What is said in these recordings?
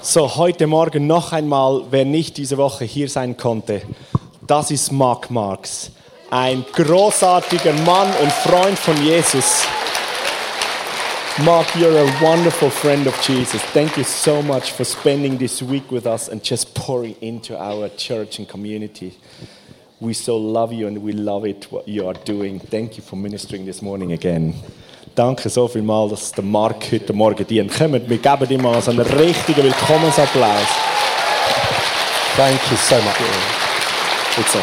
So, heute Morgen noch einmal, wer nicht diese Woche hier sein konnte, das ist Mark Marks. Ein großartiger Mann und Freund von Jesus. Mark, you're a wonderful friend of Jesus. Thank you so much for spending this week with us and just pouring into our church and community. We so love you and we love it, what you are doing. Thank you for ministering this morning again. Danke so viel mal, dass der Mark heute Morgen dient. Kommt, wir geben ihm mal so einen richtigen Willkommensapplaus. Thank you so much. It's on.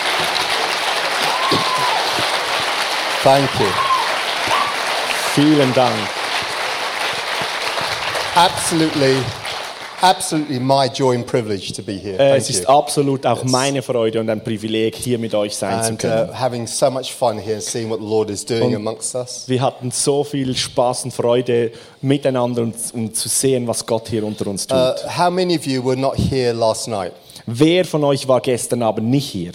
Thank you. Vielen Dank. Absolutely my joy and privilege to be here. Es ist absolut auch meine Freude und ein Privileg, hier mit euch sein zu können. Having so much fun here and seeing what the Lord is doing amongst us. Wir hatten so viel Spaß und Freude miteinander und zu sehen, was Gott hier unter uns tut. How many of you were not here last night? Wer von euch war gestern Abend nicht hier?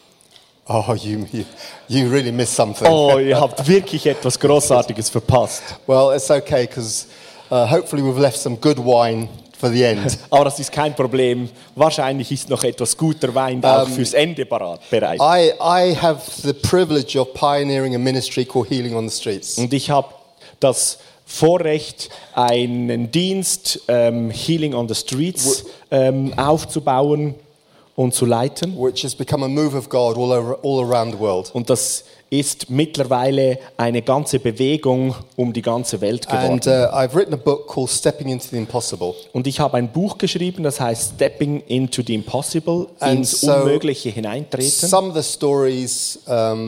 Oh, you really missed something. Oh, ihr habt wirklich etwas Großartiges verpasst. Well, it's okay because hopefully we've left some good wine for the end. Aber das ist kein Problem. Wahrscheinlich ist noch etwas guter Wein auch fürs Ende bereit. I have the privilege of pioneering a ministry called Healing on the Streets. Und ich habe das Vorrecht, einen Dienst Healing on the Streets aufzubauen und zu leiten. Which has become a move of God all around the world. Und das ist mittlerweile eine ganze Bewegung um die ganze Welt geworden. And I've written a book called Stepping into the Impossible. Und ich habe ein Buch geschrieben, das heißt Stepping into the Impossible, ins Unmögliche hineintreten. Some of the stories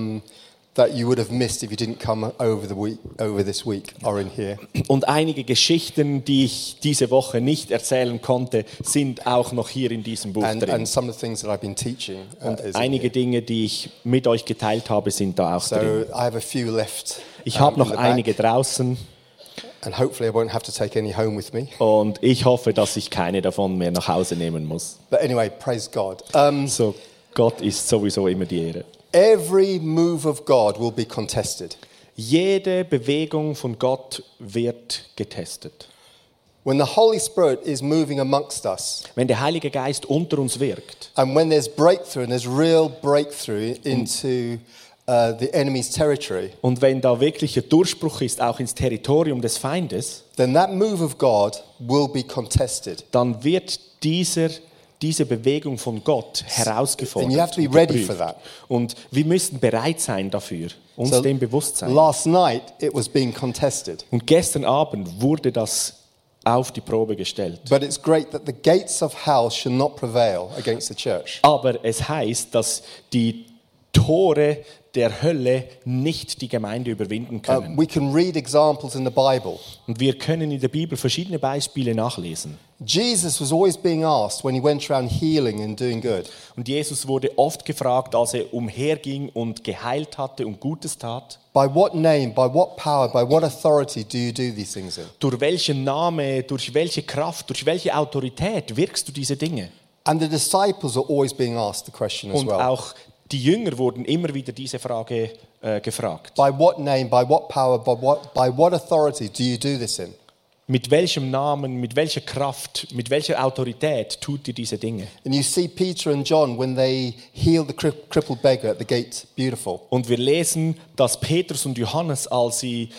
that you would have missed if you didn't come over this week are in here. Und einige Geschichten, die ich diese Woche nicht erzählen konnte, sind auch noch hier in diesem Buch drin. And some of the things that I've been teaching. Und einige Dinge, die ich mit euch geteilt habe, sind da auch drin. I have a few left. Ich habe noch einige draußen. And hopefully I won't have to take any home with me. Und ich hoffe, dass ich keine davon mehr nach Hause nehmen muss. But anyway, praise God. So, Gott ist sowieso immer die Ehre. Every move of God will be contested. Jede Bewegung von Gott wird getestet. When the Holy Spirit is moving amongst us, wenn der Heilige Geist unter uns wirkt, and when there's breakthrough and there's real breakthrough into the enemy's territory, und wenn da wirklicher Durchbruch ist, auch ins Territorium des Feindes, then that move of God will be contested. Dann wird diese Bewegung von Gott herausgefordert. And you have to be ready for that. Und wir müssen bereit sein dafür, uns dem bewusst sein. Last night it was being contested. Und gestern Abend wurde das auf die Probe gestellt. But it's great that the gates of hell shall not prevail against the church. Aber es heißt, dass die Tore der Hölle nicht die Gemeinde überwinden können. We can read examples in the Bible. Und wir können in der Bibel verschiedene Beispiele nachlesen. Jesus was always being asked when he went around healing and doing good. Und Jesus wurde oft gefragt, als er umherging und geheilt hatte und Gutes tat. By what name, by what power, by what authority do you do these things in? Durch welchen Name, durch welche Kraft, durch welche Autorität wirkst du diese Dinge? And the disciples are always being asked the question as well. Und auch die Jünger wurden immer wieder diese Frage gefragt. By what name, by what power, by what authority do you do this in? Mit welchem Namen, mit welcher Kraft, mit welcher Autorität tut ihr diese Dinge? And you see Peter and John when they healed the crippled beggar at the gate. Beautiful. Und wir lesen, dass Petrus und Johannes, als sie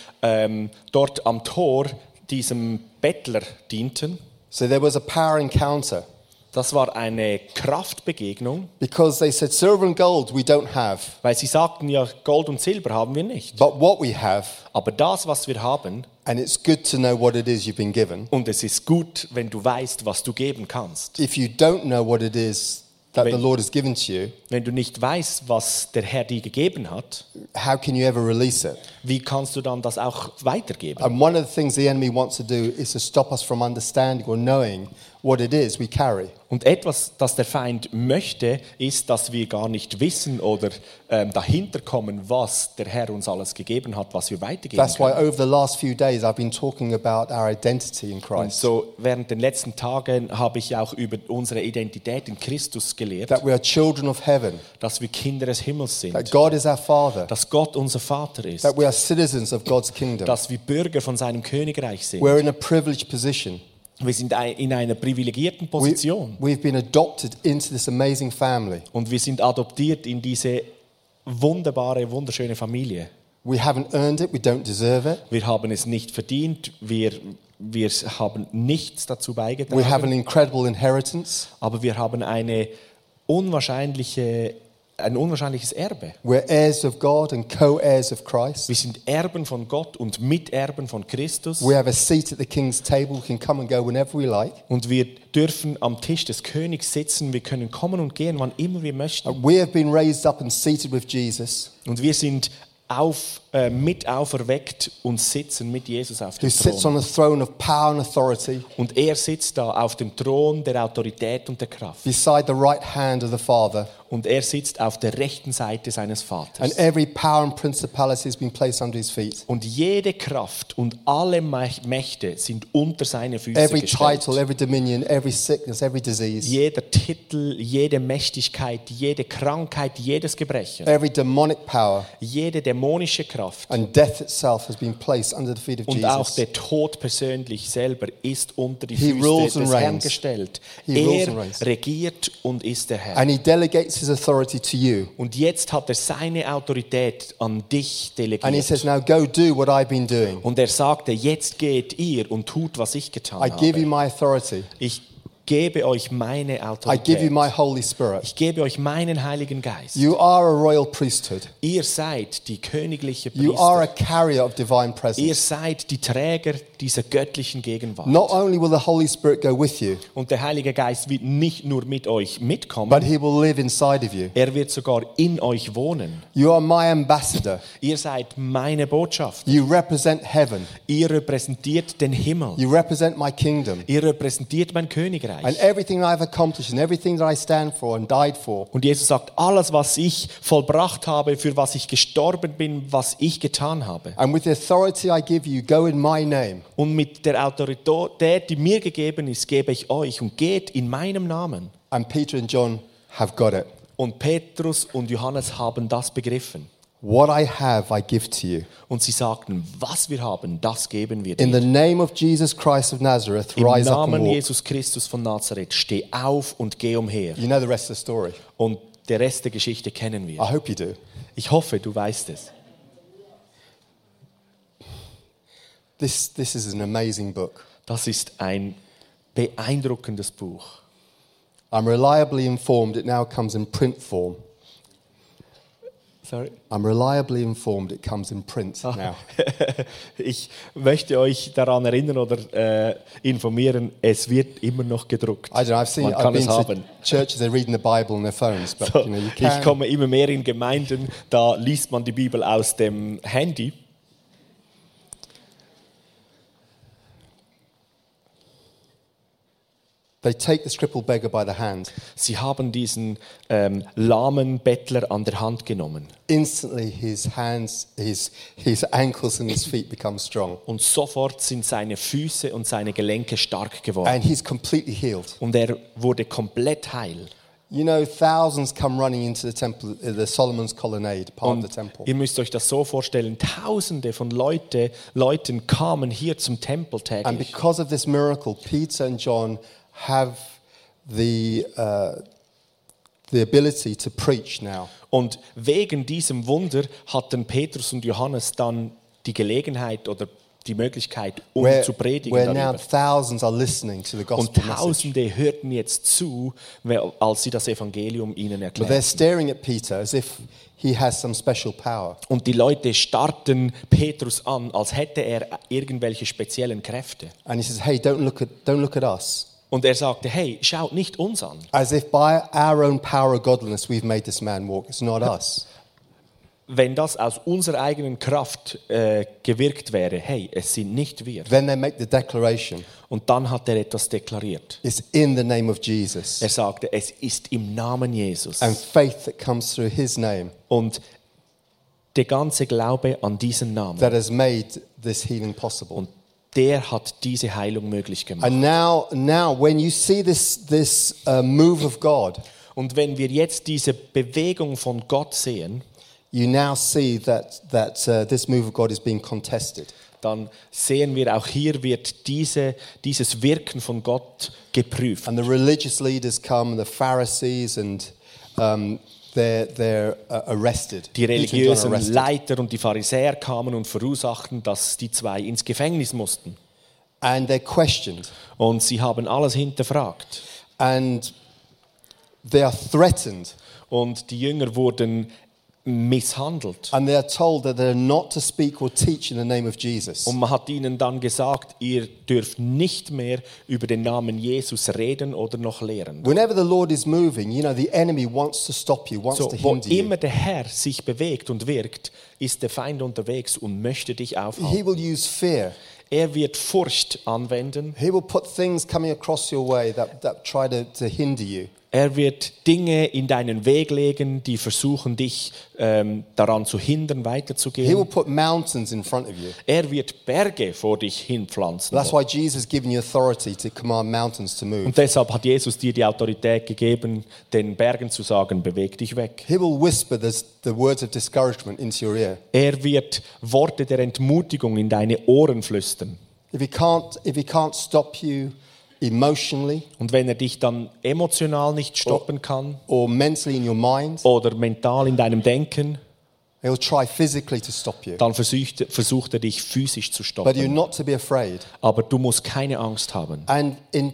dort am Tor diesem Bettler dienten, so there was a power encounter. Das war eine Kraftbegegnung. Because they said, silver and gold we don't have. Weil sie sagten, ja, Gold und Silber haben wir nicht. But what we have. Aber das, was wir haben. And it's good to know what it is you've been given. Und es ist gut, wenn du weißt, was du geben kannst. If you don't know what it is that the Lord has given to you, wenn du nicht weißt, was der Herr dir gegeben hat, how can you ever release it? Wie kannst du dann das auch weitergeben? And one of the things the enemy wants to do is to stop us from understanding or knowing what it is we carry. Und etwas, das der Feind möchte, ist, dass wir gar nicht wissen oder dahinter kommen, was der Herr uns alles gegeben hat, was wir weitergeben That's why over the last few days I've been talking about our identity in Christ. Und so während den letzten Tagen habe ich auch über unsere Identität in Christus gelehrt. That we are children of heaven. Dass wir Kinder des Himmels sind. That God is our Father. Dass Gott unser Vater ist. That we are citizens of God's kingdom. Dass wir Bürger von seinem Königreich sind. We're in a privileged position. Wir sind in einer privilegierten Position. We've been adopted into this amazing family. Und wir sind adoptiert in diese wunderbare, wunderschöne Familie. We haven't earned it, we don't deserve it. Wir haben es nicht verdient, wir haben nichts dazu We have beigetragen, an incredible inheritance. aber wir haben ein unwahrscheinliches Erbe. We're heirs of God and co-heirs of Christ. Wir sind Erben von Gott und Miterben von Christus. We have a seat at the King's table. We can come and go whenever we like. Und wir dürfen am Tisch des Königs sitzen. Wir können kommen und gehen, wann immer wir möchten. We have been raised up and seated with Jesus, Und wir sind mit auferweckt und sitzen mit Jesus auf who dem sits Thron. on a throne of power and authority Und er sitzt da auf dem Thron der Autorität und der Kraft. beside the right hand of the Father. Und er sitzt auf der rechten Seite seines And Vaters. every power and principality has been placed under his feet. Und jede Kraft und alle Mächte sind unter seine Füße Every gestellt. title, every dominion, every sickness, every disease, Jeder Titel, jede Mächtigkeit, jede Krankheit, jedes Gebrechen, every demonic power, jede dämonische Kraft and death itself has been placed under the feet of und auch Jesus. der Tod persönlich selber ist unter die He rules Füße and des Herrn reigns. gestellt. He rules Er and reigns. regiert und ist der Herr. And he delegates his authority to you. Und jetzt hat er seine Autorität an dich And he delegiert. says, now go do what I've been doing. Und er sagte, jetzt geht ihr und tut, was ich getan I give you habe. my authority. Ich gebe euch meine I give you Autorität. my Holy Spirit. Ich gebe euch meinen Heiligen Geist. You are a royal priesthood. Ihr seid die königliche You are a Priester. carrier of divine Ihr presence. seid die Träger dieser göttlichen Gegenwart. Not only will the Holy Spirit go with you, Und der Heilige Geist wird nicht nur mit euch but mitkommen, he will live inside of you. er wird sogar in euch wohnen. You are my ambassador. Ihr seid meine Botschaft. You represent heaven. Ihr repräsentiert den Himmel. You represent my kingdom. Ihr repräsentiert mein And Königreich. everything I've accomplished and everything that I stand for and died for, Und Jesus sagt, alles, was ich vollbracht habe, für was ich gestorben bin, was ich getan habe. and with the authority I give you, go in my name. Und mit der Autorität, die mir gegeben ist, gebe ich euch und geht in meinem Namen. And Peter and John have got it. Und Petrus und Johannes haben das begriffen. What I have, I give to you. Und sie sagten, was wir haben, das geben wir In the dir. name of Jesus Christ of Nazareth, Im rise up and Namen walk. Jesus Christus von Nazareth, steh auf und geh umher. You know the rest of the story. Und der Rest der Geschichte kennen I wir. hope you do. Ich hoffe, du weißt es. This is an amazing book. Das ist ein beeindruckendes Buch. I'm reliably informed it now comes in print form. Sorry. I'm reliably informed it comes in print now. Ich möchte euch daran erinnern oder informieren, es wird immer noch gedruckt. I don't know, Man I've kann been es to haben. churches, they're reading the Bible on their phones, but So, you know, you ich can. komme immer mehr in Gemeinden, da liest man die Bibel aus dem Handy. They take this crippled beggar by the hand. Sie haben diesen lahmen Bettler an der Hand genommen. Instantly his hands, his ankles and his feet become strong. Und sofort sind seine Füße und seine Gelenke stark geworden. And he's completely healed. Und er wurde komplett heil. You know, thousands come running into the temple, the Solomon's colonnade, part of Und the temple. ihr müsst euch das so vorstellen, Tausende von Leuten kamen hier zum Tempel And täglich. because of this miracle, Peter and John have the ability to preach now. Und wegen diesem Wunder hatten Petrus und Johannes dann die Gelegenheit oder die Möglichkeit, zu predigen Where now darüber. thousands are listening to the Und gospel message. Tausende hörten jetzt zu, als sie das Evangelium ihnen But they're erklärten. staring at Peter as if he has some special power. Und die Leute starrten Petrus an, als hätte er irgendwelche speziellen Kräfte. And he says, hey, don't look at us. Und er sagte, hey, schaut nicht uns an. As if by our own power or godliness we've made this man walk. It's not us. Wenn das aus unserer eigenen Kraft gewirkt wäre, hey, es sind nicht wir. Then they make the declaration. Und dann hat er etwas deklariert. It's in the name of Jesus. Er sagte, es ist im Namen Jesus. And faith that comes through his name Und der ganze Glaube an diesen Namen. that has made this healing possible. Und der hat diese Heilung möglich gemacht. And now when you see this move of God, Und wenn wir jetzt diese Bewegung von Gott sehen, you now see that this move of God is being contested. dann sehen wir, auch hier wird dieses Wirken von Gott geprüft. And the religious leaders come, the Pharisees, and they're arrested. Die Peter and John are religiösen arrested. Leiter und die Pharisäer kamen und verursachten, dass die zwei ins Gefängnis mussten. And they're questioned. Und sie haben alles hinterfragt. And they are threatened. Und die Jünger wurden misshandelt. And they are told that they're not to speak or teach in the name of Jesus. Und man hat ihnen dann gesagt, ihr dürft nicht mehr über den Namen Jesus reden oder noch lehren. Whenever the Lord is moving, you know, the enemy wants to stop you, wants So, to wo hinder you. immer der Herr sich bewegt und wirkt, ist der Feind unterwegs und möchte dich aufhalten. He will use fear. Er wird Furcht anwenden. He will put things coming across your way that try to hinder you. Er wird Dinge in deinen Weg legen, die versuchen, dich daran zu hindern, He will weiterzugehen. put mountains in front of you. Er wird Berge vor dich hinpflanzen. That's why Jesus has given you authority to command mountains to move. Und deshalb hat Jesus dir die Autorität gegeben, den Bergen zu sagen, beweg dich weg. He will whisper the words of discouragement into your ear. Er wird Worte der Entmutigung in deine Ohren flüstern. If he can't stop you emotionally Und wenn er dich dann emotional nicht stoppen kann or mentally in your mind, oder mental in deinem Denken, he'll try physically to stop you. dann versucht er dich physisch zu But you're stoppen. not to be afraid. Aber du musst keine Angst haben. And in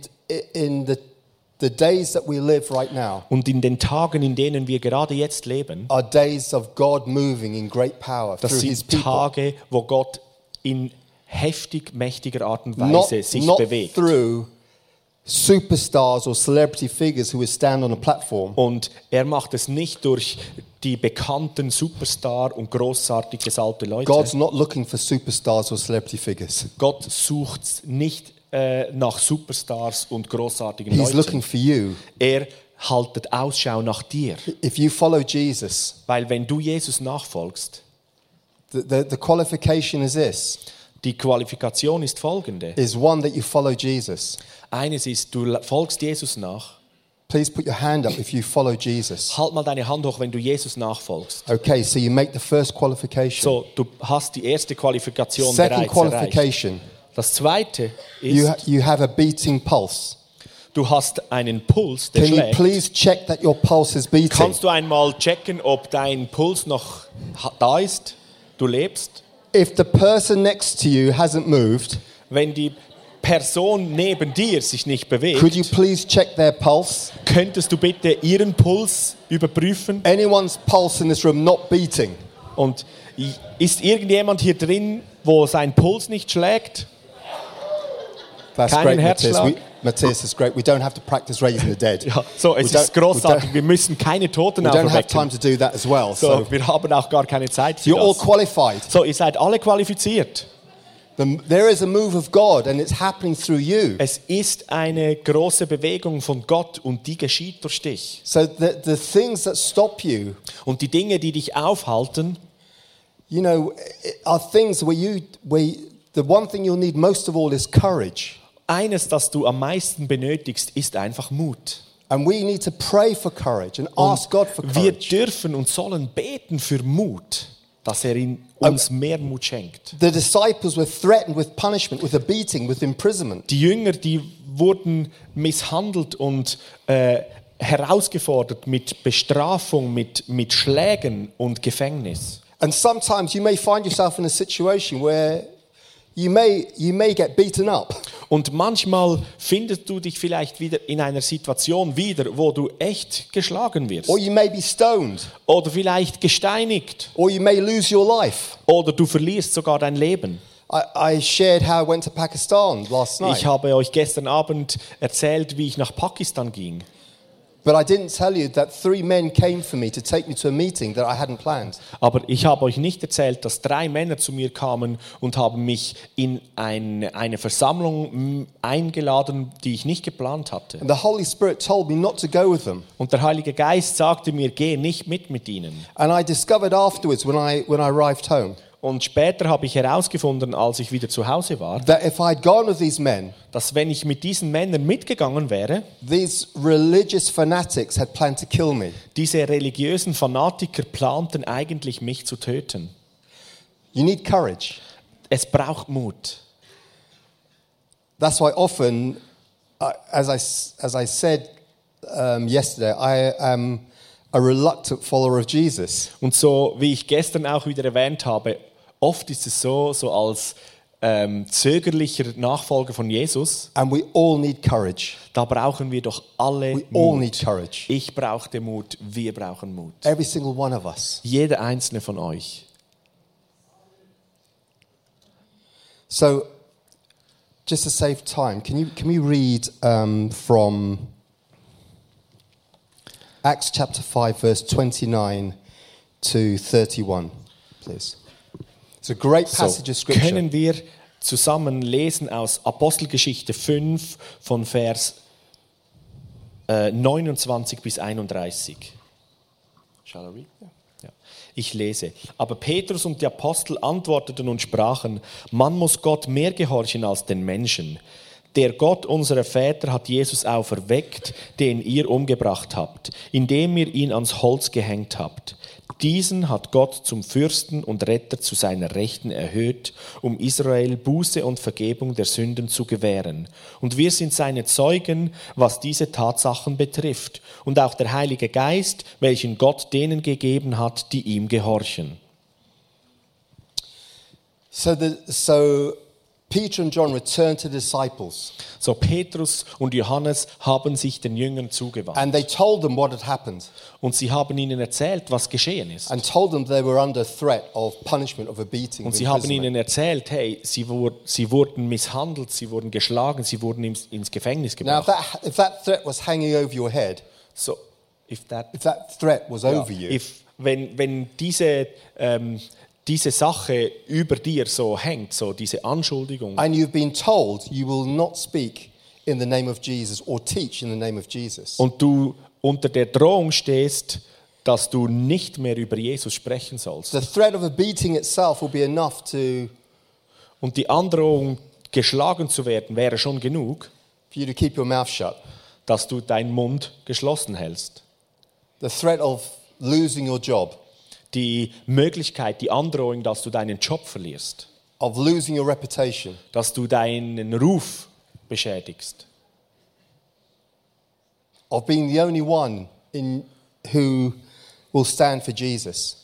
the days that we live right now Und in den Tagen, in denen wir gerade jetzt leben, are days of God moving in great power das through his sind people. Tage, wo Gott in heftig mächtiger Art und Not, Weise sich not bewegt. through superstars or celebrity figures who will stand on a platform, Und er macht es nicht durch die bekannten Superstar und großartig gesalbte Leute. God's not looking for superstars or celebrity figures. Gott sucht nicht nach Superstars und großartigen He's Leuten. looking for you. Er haltet Ausschau nach dir. If you follow Jesus, Weil wenn du Jesus nachfolgst, the qualification is this, die Qualifikation ist folgende. is one that you follow Jesus. Eines ist, du folgst Jesus nach. Please put your hand up if you follow Jesus. Halt mal deine Hand hoch, wenn du Jesus nachfolgst. Okay, so you make the first qualification. So, du hast die erste Qualifikation Second bereits erreicht. qualification, Das zweite ist, you have a beating pulse. du hast einen Puls, der Can you schlägt. please check that your pulse is beating? Kannst du einmal checken, ob dein Puls noch da ist? Du lebst? If the person next to you hasn't moved, Wenn die Person neben dir sich nicht bewegt, could you please check their pulse? könntest du bitte ihren Puls überprüfen? Anyone's pulse in this room not beating? Und ist irgendjemand hier drin, wo sein Puls nicht schlägt? That's Keinen great, Matthias. Herzschlag. Matthias, is great. We don't have to practice raising the dead. Ja, so, es We ist großartig. we Wir müssen keine Toten don't have time auferwecken. to do that as well. So, So wir haben auch gar keine Zeit für you're all das. qualified. So, ihr seid alle qualifiziert. There is a move of God and it's happening through you. Es ist eine große Bewegung von Gott und die geschieht durch dich. So the things that stop you, Und die Dinge, die dich aufhalten, you know, are things where the one thing you'll need most of all is courage. eines, das du am meisten benötigst, ist einfach Mut. And we need to pray for courage and ask God for Wir courage. dürfen und sollen beten für Mut, dass er uns mehr Mut schenkt. The disciples were threatened with punishment, with a beating, with imprisonment. Die Jünger, die wurden misshandelt und herausgefordert mit Bestrafung, mit Schlägen und Gefängnis. And sometimes you may find yourself in a situation where you may get beaten up. Und manchmal findest du dich vielleicht wieder in einer Situation wieder, wo du echt geschlagen wirst. Or you may be stoned. Oder vielleicht gesteinigt. Or you may lose your life. Oder du verlierst sogar dein Leben. I shared how I went to Pakistan last night. Ich habe euch gestern Abend erzählt, wie ich nach Pakistan ging. But I didn't tell you that 3 men came for me to take me to a meeting that I hadn't planned. Aber ich habe euch nicht erzählt, dass 3 Männer zu mir kamen und haben mich in eine Versammlung eingeladen, die ich nicht geplant hatte. And the Holy Spirit told me not to go with them. Und der Heilige Geist sagte mir, geh nicht mit ihnen. And I discovered afterwards when I arrived home Und später habe ich herausgefunden, als ich wieder zu Hause war, that if I'd gone with these men, dass wenn ich mit diesen Männern mitgegangen wäre, these religious fanatics had planned to kill me. diese religiösen Fanatiker planten eigentlich, mich zu töten. You need courage. Es braucht Mut. That's why often, as I said yesterday, I am a reluctant follower of Jesus. Und so, wie ich gestern auch wieder erwähnt habe, oft ist es so als zögerlicher Nachfolger von Jesus, And we all need courage. da brauchen wir doch alle We all Mut. need courage. Ich brauchte Mut, wir brauchen Mut. Every single one of us. Jeder einzelne von euch. So, just to save time, can we read from Acts chapter 5, verse 29 to 31, please? It's a great passage of So, scripture. können wir zusammen lesen aus Apostelgeschichte 5 von Vers 29 bis 31. Shall I read? Ja. Ich lese. Aber Petrus und die Apostel antworteten und sprachen, man muss Gott mehr gehorchen als den Menschen. Der Gott unserer Väter hat Jesus auferweckt, den ihr umgebracht habt, indem ihr ihn ans Holz gehängt habt. Diesen hat Gott zum Fürsten und Retter zu seiner Rechten erhöht, um Israel Buße und Vergebung der Sünden zu gewähren. Und wir sind seine Zeugen, was diese Tatsachen betrifft. Und auch der Heilige Geist, welchen Gott denen gegeben hat, die ihm gehorchen. So Peter and John returned to the disciples, So Petrus und Johannes haben sich den Jüngern zugewandt. and they told them what had happened, Und sie haben ihnen erzählt, was geschehen ist. and told them they were under threat of punishment, of a beating, Und of sie haben imprisonment. ihnen erzählt, hey, sie wurden misshandelt, sie wurden geschlagen, sie wurden ins Gefängnis Now, gebracht. if that threat was hanging over your head, So, if that, if that threat was ja, over you, wenn diese Sache über dir so hängt, so diese Anschuldigung, and you've been told you will not speak in the name of Jesus or teach in the name of Jesus, und du unter der Drohung stehst, dass du nicht mehr über Jesus sprechen sollst, the threat of a beating itself will be enough to und die Androhung, geschlagen zu werden, wäre schon genug, for you to keep your mouth shut. dass du deinen Mund geschlossen hältst. The threat of losing your job, Die Möglichkeit, die Androhung, dass du deinen Job verlierst, of losing your reputation, dass du deinen Ruf beschädigst, of being the only one who will stand for Jesus,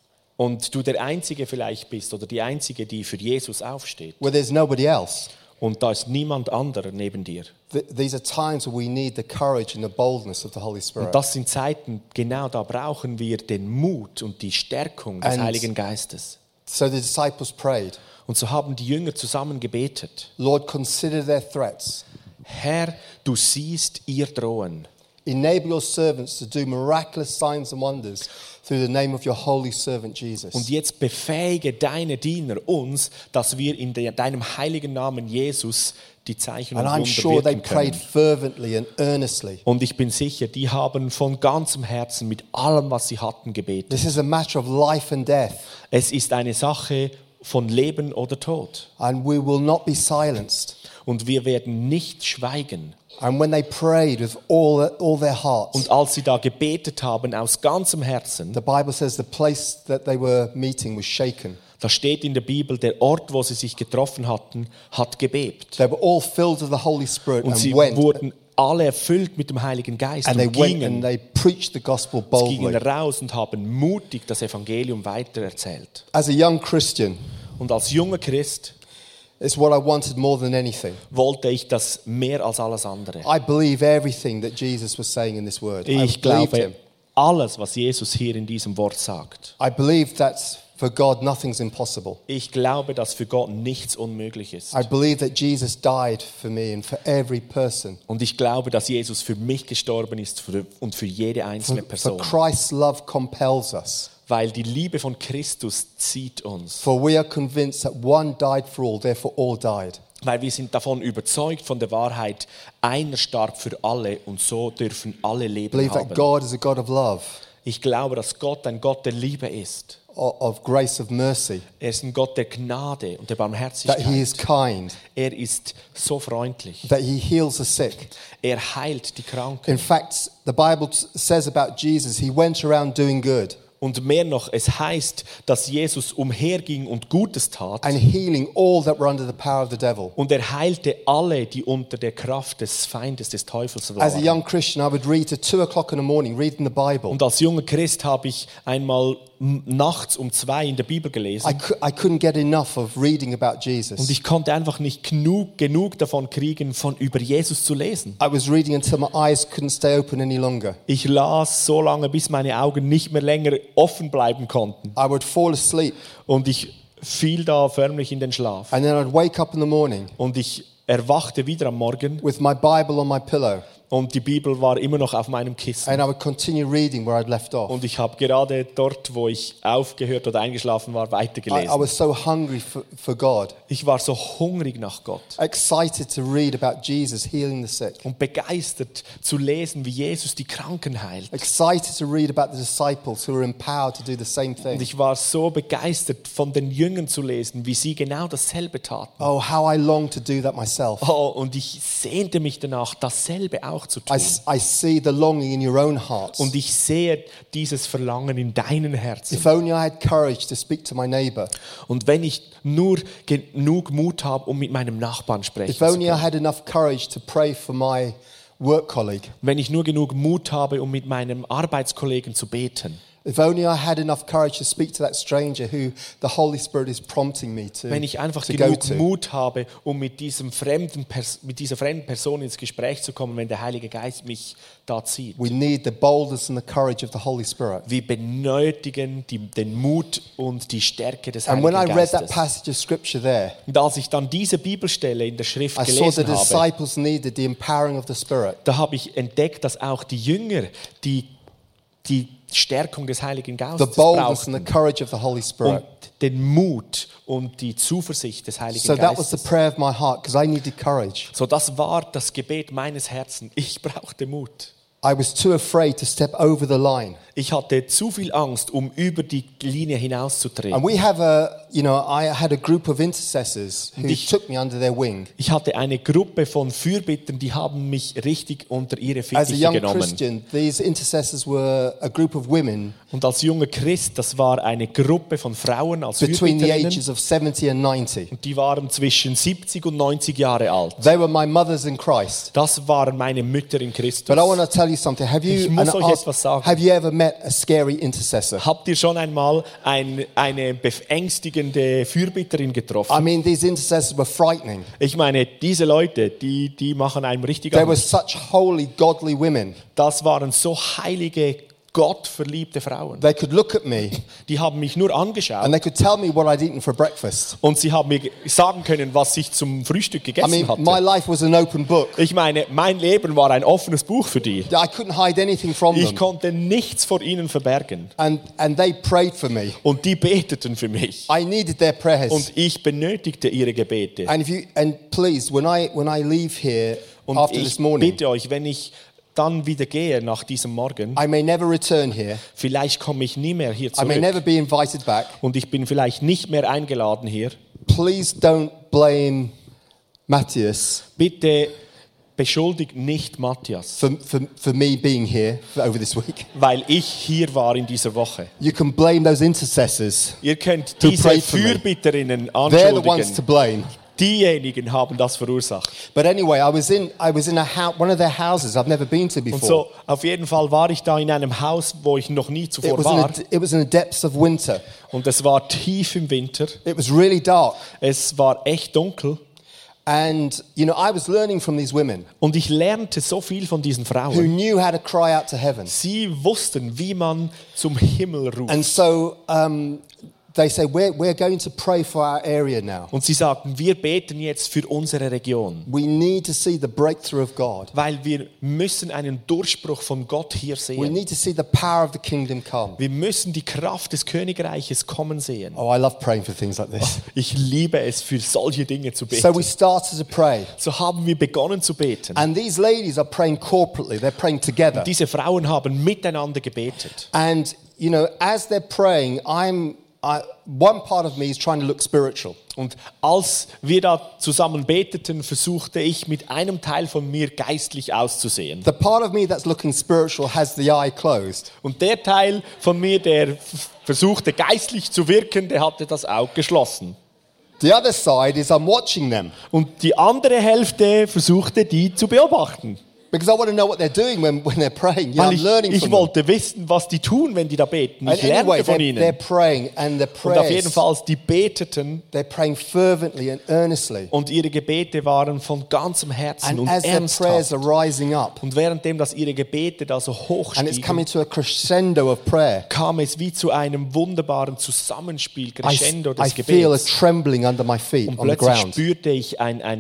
und du der Einzige vielleicht bist oder die Einzige, die für Jesus aufsteht where there's nobody else. und da ist niemand anderer neben dir. These are times where we need the courage and the boldness of the Holy Spirit. Und das sind Zeiten, genau da brauchen wir den Mut und die Stärkung des And- Heiligen Geistes. So the disciples prayed, Und so haben die Jünger zusammen gebetet. Lord, consider their threats. Herr, du siehst ihr Drohen. Enable your servants to do miraculous signs and wonders through the name of your holy servant Jesus. Und jetzt befähige deine Diener uns, dass wir in deinem heiligen Namen Jesus die Zeichen und And I'm Wunder sure they wirken prayed können. fervently and earnestly. Und ich bin sicher, die haben von ganzem Herzen mit allem, was sie hatten, gebetet. This is a matter of life and death, Es ist eine Sache von Leben oder Tod. and we will not be silenced. Und wir werden nicht schweigen. And when they prayed with all their hearts, Und als sie da gebetet haben aus ganzem Herzen, the Bible says the place that they were meeting was shaken. da steht in der Bibel, der Ort, wo sie sich getroffen hatten, hat gebebt. They were all filled with the Holy Spirit Und and sie went, wurden alle erfüllt mit dem Heiligen Geist and they und went and gingen they preached the gospel gingen boldly. raus und haben mutig das Evangelium weitererzählt. As a young Christian, Und als junger Christ it's what I wanted more than anything. wollte ich das mehr als alles andere. I believe everything that Jesus was saying in this word. I Ich believed glaube, him. alles, was Jesus hier in diesem Wort sagt. I believe that for God nothing's impossible. Ich glaube, dass für Gott nichts unmöglich ist. I believe that Jesus died for me and for every person. Und ich glaube, dass Jesus für mich gestorben ist und für jede einzelne For Person. Christ's love compels us. Weil die Liebe von Christus zieht uns. For we are convinced that one died for all, therefore all died. Weil wir sind davon überzeugt von der Wahrheit, einer starb für alle und so dürfen alle Leben Believe that haben. God is a God of love, Ich glaube, dass Gott ein Gott der Liebe ist. of grace, of mercy, Er ist ein Gott der Gnade und der that Barmherzigkeit. he is kind, Er ist so freundlich. that he heals the sick. Er heilt die Kranken. In fact, the Bible says about Jesus, he went around doing good. Und mehr noch, es heißt, dass Jesus umherging und Gutes tat. and healing all that were under the power of the devil. Und er heilte alle, die unter der Kraft des Feindes, des Teufels As a waren. young Christian, I would read at 2 o'clock in the morning, reading the Bible. Und als junger Christ habe ich einmal nachts um 2 in der Bibel gelesen. I couldn't get enough of reading about Und Jesus. ich konnte einfach nicht genug davon kriegen, über Jesus zu lesen. I was reading until my eyes couldn't stay open any longer. Ich las so lange, bis meine Augen nicht mehr länger offen bleiben konnten. I would fall asleep, Und ich fiel da förmlich in den Schlaf. and then I'd wake up in the morning Und ich erwachte wieder am Morgen with my Bible on my pillow, und die Bibel war immer noch auf meinem Kissen. and I would continue reading where I'd left off. Und ich habe gerade dort, wo ich aufgehört oder eingeschlafen war, I weitergelesen. was so hungry for God, Ich war so hungrig nach Gott excited to read about Jesus healing the sick, und begeistert zu lesen, wie Jesus die Kranken heilt. excited to read about the disciples who were empowered to do the same Und thing. ich war so begeistert, von den Jüngern zu lesen, wie sie genau dasselbe taten. Oh, how I long to do that myself. Oh, und ich sehnte mich danach, dasselbe auch zu tun. I see the longing in your own hearts. Und ich sehe dieses Verlangen in deinen Herzen. If only I had courage to speak to my neighbor. Und wenn ich nur genug Mut habe, um mit meinem Nachbarn sprechen If zu only I können. had enough courage to pray for my work colleague. Wenn ich nur genug Mut habe, um mit meinem Arbeitskollegen zu beten. If only I had enough courage to speak to that stranger who the Holy Spirit is prompting me to, Wenn ich einfach to go genug to. Mut habe, um mit dieser fremden Person ins Gespräch zu kommen, wenn der Heilige Geist mich da zieht. We need the boldness and the courage of the Holy Spirit. Wir benötigen den Mut und die Stärke des And when I Heiligen read that Geistes. passage of scripture there, Und als ich dann diese Bibelstelle in der Schrift I saw the gelesen habe, disciples needed the empowering of the Spirit. da habe ich entdeckt, dass auch die Jünger die Stärkung des Heiligen The Geistes boldness and brauchten the courage of the Holy und Spirit. den Mut und die Zuversicht des Heiligen So that was the Geistes. prayer of my heart because I needed courage. So, das war das Gebet meines Herzens. Ich brauchte Mut. I was too afraid to step over the line. Ich hatte zu viel Angst, um über die Linie hinauszutreten. And we have I had a group of intercessors who took me under their wing. Ich hatte eine Gruppe von Fürbittern, die haben mich richtig unter ihre As a Fittiche young genommen. Christian, these intercessors were a group of women Und als junger Christ, das war eine Gruppe von Frauen als between the Fürbitterinnen. ages of 70 and 90. Und die waren zwischen 70 und 90 Jahre alt. They were my mothers in Christ. Das waren meine Mütter in Christus. But I want to tell you something. Ich muss euch etwas sagen. Have you ever met a scary intercessor? Habt ihr schon einmal eine beängstigende Fürbitterin I getroffen? mean, these intercessors were frightening. Ich meine, diese Leute, die machen einem richtig They were Angst. such holy, godly women. Das waren so heilige, gottverliebte Frauen. They could look at me Die haben mich nur angeschaut and they could tell me what I'd eaten for breakfast. und sie haben mir sagen können, was ich zum Frühstück I gegessen mean, my hatte. life was an open book. Ich meine, mein Leben war ein offenes Buch für die. I couldn't hide anything from Ich them. konnte nichts vor ihnen verbergen. And they prayed for me. Und die beteten für mich. I needed their prayers. Und ich benötigte ihre Gebete. And please, when I leave here Und after ich this morning, bitte euch, wenn ich dann wieder gehe nach diesem Morgen, I may never return here. vielleicht komme ich nie mehr hier I may zurück. never be invited back. Und ich bin vielleicht nicht mehr eingeladen hier. Please don't blame Matthias Bitte beschuldigt nicht Matthias, for me being here over this week. weil ich hier war in dieser Woche. You can blame those intercessors. Ihr könnt Who diese prayed for me. Fürbitterinnen They're the ones to anschuldigen. blame. Diejenigen haben das verursacht. But anyway, I was in one of their houses I've never been to Und before. so, auf jeden Fall war ich da in einem Haus, wo ich noch nie zuvor war. It was in the depths of winter. Und es war tief im Winter. It was really dark. Es war echt dunkel. And, I was learning from these women Und ich lernte so viel von diesen who Frauen. knew how to cry out to heaven. Sie wussten, wie man zum Himmel ruft. And so they say, we're going to pray for our area now. Und sie sagten, wir beten jetzt für unsere Region. We need to see the breakthrough of God. Weil wir müssen einen Durchbruch von Gott hier We sehen. need to see the power of the kingdom come. Wir müssen die Kraft des Königreiches kommen sehen. Oh, I love praying for things like this. Ich liebe es, für solche Dinge zu So beten. we started to pray. So haben wir begonnen zu beten. And these ladies are praying corporately. They're praying together. Diese Frauen haben miteinander gebetet. And, as they're praying, one part of me is trying to look spiritual. Und als wir da zusammen beteten, versuchte ich mit einem Teil von mir geistlich auszusehen. The part of me that's looking spiritual has the eye closed. Und der Teil von mir, der versuchte geistlich zu wirken, der hatte das Auge geschlossen. The other side is I'm watching them. Und die andere Hälfte versuchte, die zu beobachten. Because I want to know what they're doing when they're praying. Yeah, Weil I'm learning ich from them. wollte wissen, was die tun, wenn die da beten. Ich And anyway, lernte von they're ihnen. praying and the Und auf jeden prayers, Fall, die beteten they're praying fervently and earnestly. und ihre Gebete waren von ganzem Herzen And und as their prayers ernsthaft. are rising up, Und währenddem, dass ihre Gebete da so and it's hochstiegen, coming to a crescendo of prayer, kam es wie zu einem wunderbaren Zusammenspiel, I Crescendo des feel a Gebets. trembling under my feet Und on the plötzlich ground. spürte ich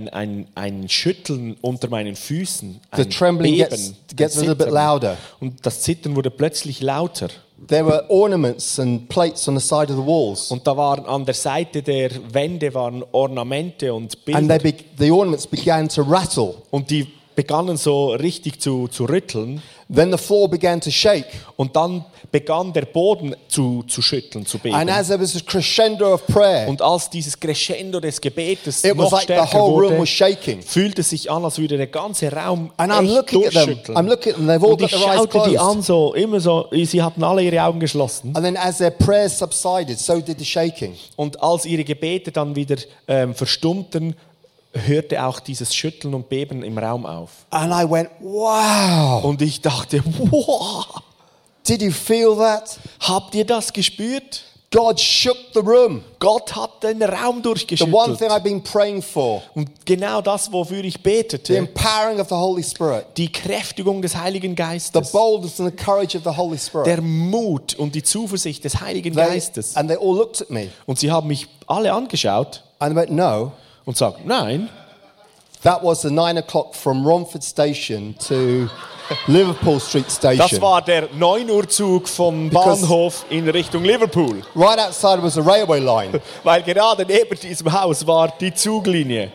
ein Schütteln unter meinen Füßen, The ein trembling Beben, gets a little bit Zittern. louder. Und das Zittern wurde plötzlich lauter. There were ornaments and plates on the side of the walls. Und da waren an der Seite der Wände waren Ornamente und And Bilder. the ornaments began to rattle. Und die begannen so richtig zu rütteln. Then the floor began to shake. Und dann begann der Boden zu schütteln, zu beben. And as there was a crescendo of prayer, Und als dieses Crescendo des Gebetes it was noch like the stärker whole room wurde, was shaking. fühlte es sich an, als würde der ganze Raum And I'm echt looking at them. durchschütteln. I'm looking at them. They've all Und got ich their eyes schaute die an, closed. so, immer so, sie hatten alle ihre Augen geschlossen. And then as their prayers subsided, so did the shaking. Und als ihre Gebete dann wieder verstummten, hörte auch dieses Schütteln und Beben im Raum auf. And I went, wow. Und ich dachte, wow, Did you feel that? habt ihr das gespürt? God shook the room. Gott hat den Raum The one durchgeschüttelt. thing I've been praying for, Und genau das, wofür ich the betete, empowering of the Holy Spirit, die Kräftigung des Heiligen the Geistes, boldness and the courage of the Holy Spirit. der Mut und die Zuversicht des Heiligen Geistes. And they all looked at me Und sie haben mich alle angeschaut and they went, no. und sagten, nein, That was the 9 o'clock from Romford Station to Liverpool Street Station. das war der 9 Uhr Zug vom Because- Bahnhof in Richtung Liverpool. Right outside was a railway line. Weil gerade neben diesem Haus war die Zuglinie.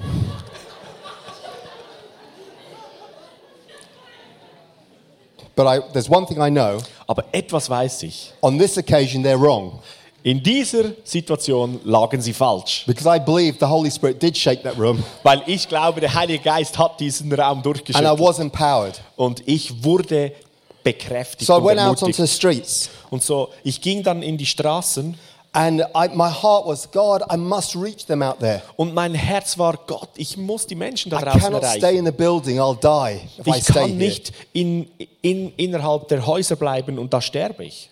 But there's one thing I know. Aber etwas weiß ich. On this occasion, they're wrong. In dieser Situation lagen sie falsch. Because I believe the Holy Spirit did shake that room. Weil ich glaube, der Heilige Geist hat diesen Raum And I durchgeschüttelt. was empowered. Und ich wurde bekräftigt So I und went out onto ermutigt. the streets. Und so, ich ging dann in die Straßen And my heart was, God, I must reach them out there. und mein Herz war, Gott, ich muss die Menschen da I draußen cannot stay erreichen. in the building. I'll die if I Ich stay kann here. nicht innerhalb der Häuser bleiben und da sterbe ich.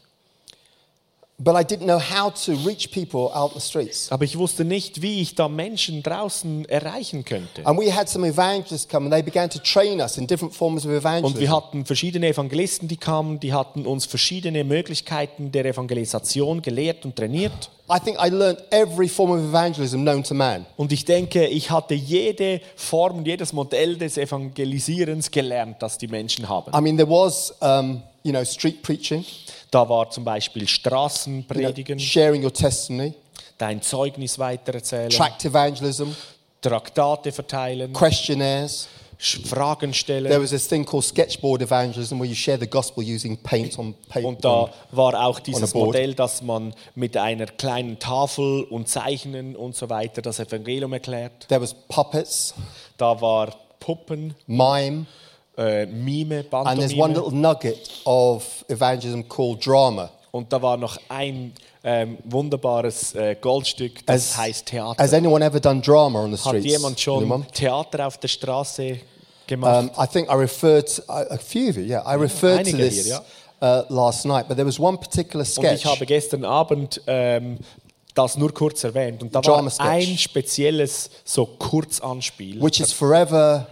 But I didn't know how to reach people out in the streets. Aber ich wusste nicht, wie ich da Menschen draußen erreichen könnte. And we had some evangelists come and they began to train us in different forms of Und evangelism. wir hatten verschiedene Evangelisten, die kamen, die hatten uns verschiedene Möglichkeiten der Evangelisation gelehrt und trainiert. I think I learned every form of evangelism known to man. Und ich denke, ich hatte jede Form, jedes Modell des Evangelisierens gelernt, das die Menschen haben. I mean, there was, street preaching, Da war zum Beispiel Straßenpredigen, sharing your testimony, dein Zeugnis weitererzählen, tract evangelism, Traktate verteilen, questionnaires. Fragen There stellen. was this thing called sketchboard evangelism where you share the gospel using paint on paper. Und da war auch dieses board. Modell, dass man mit einer kleinen Tafel und Zeichnen und so weiter das Evangelium erklärt. There was puppets, Da war Puppen, mime, Mime, and there's one Pantomime. little nugget of evangelism called drama. Und da war noch ein wunderbares Goldstück, das heißt Theater. Has anyone ever done drama on the Hat streets? jemand schon Anyone? Theater auf der Straße gemacht? I think I referred to a few of you. Yeah, I referred to Einige this hier, last night. But there was one particular Und ich sketch. habe gestern Abend das nur kurz erwähnt. Und da war Drama sketch. ein spezielles so Kurzanspiel. Which is forever,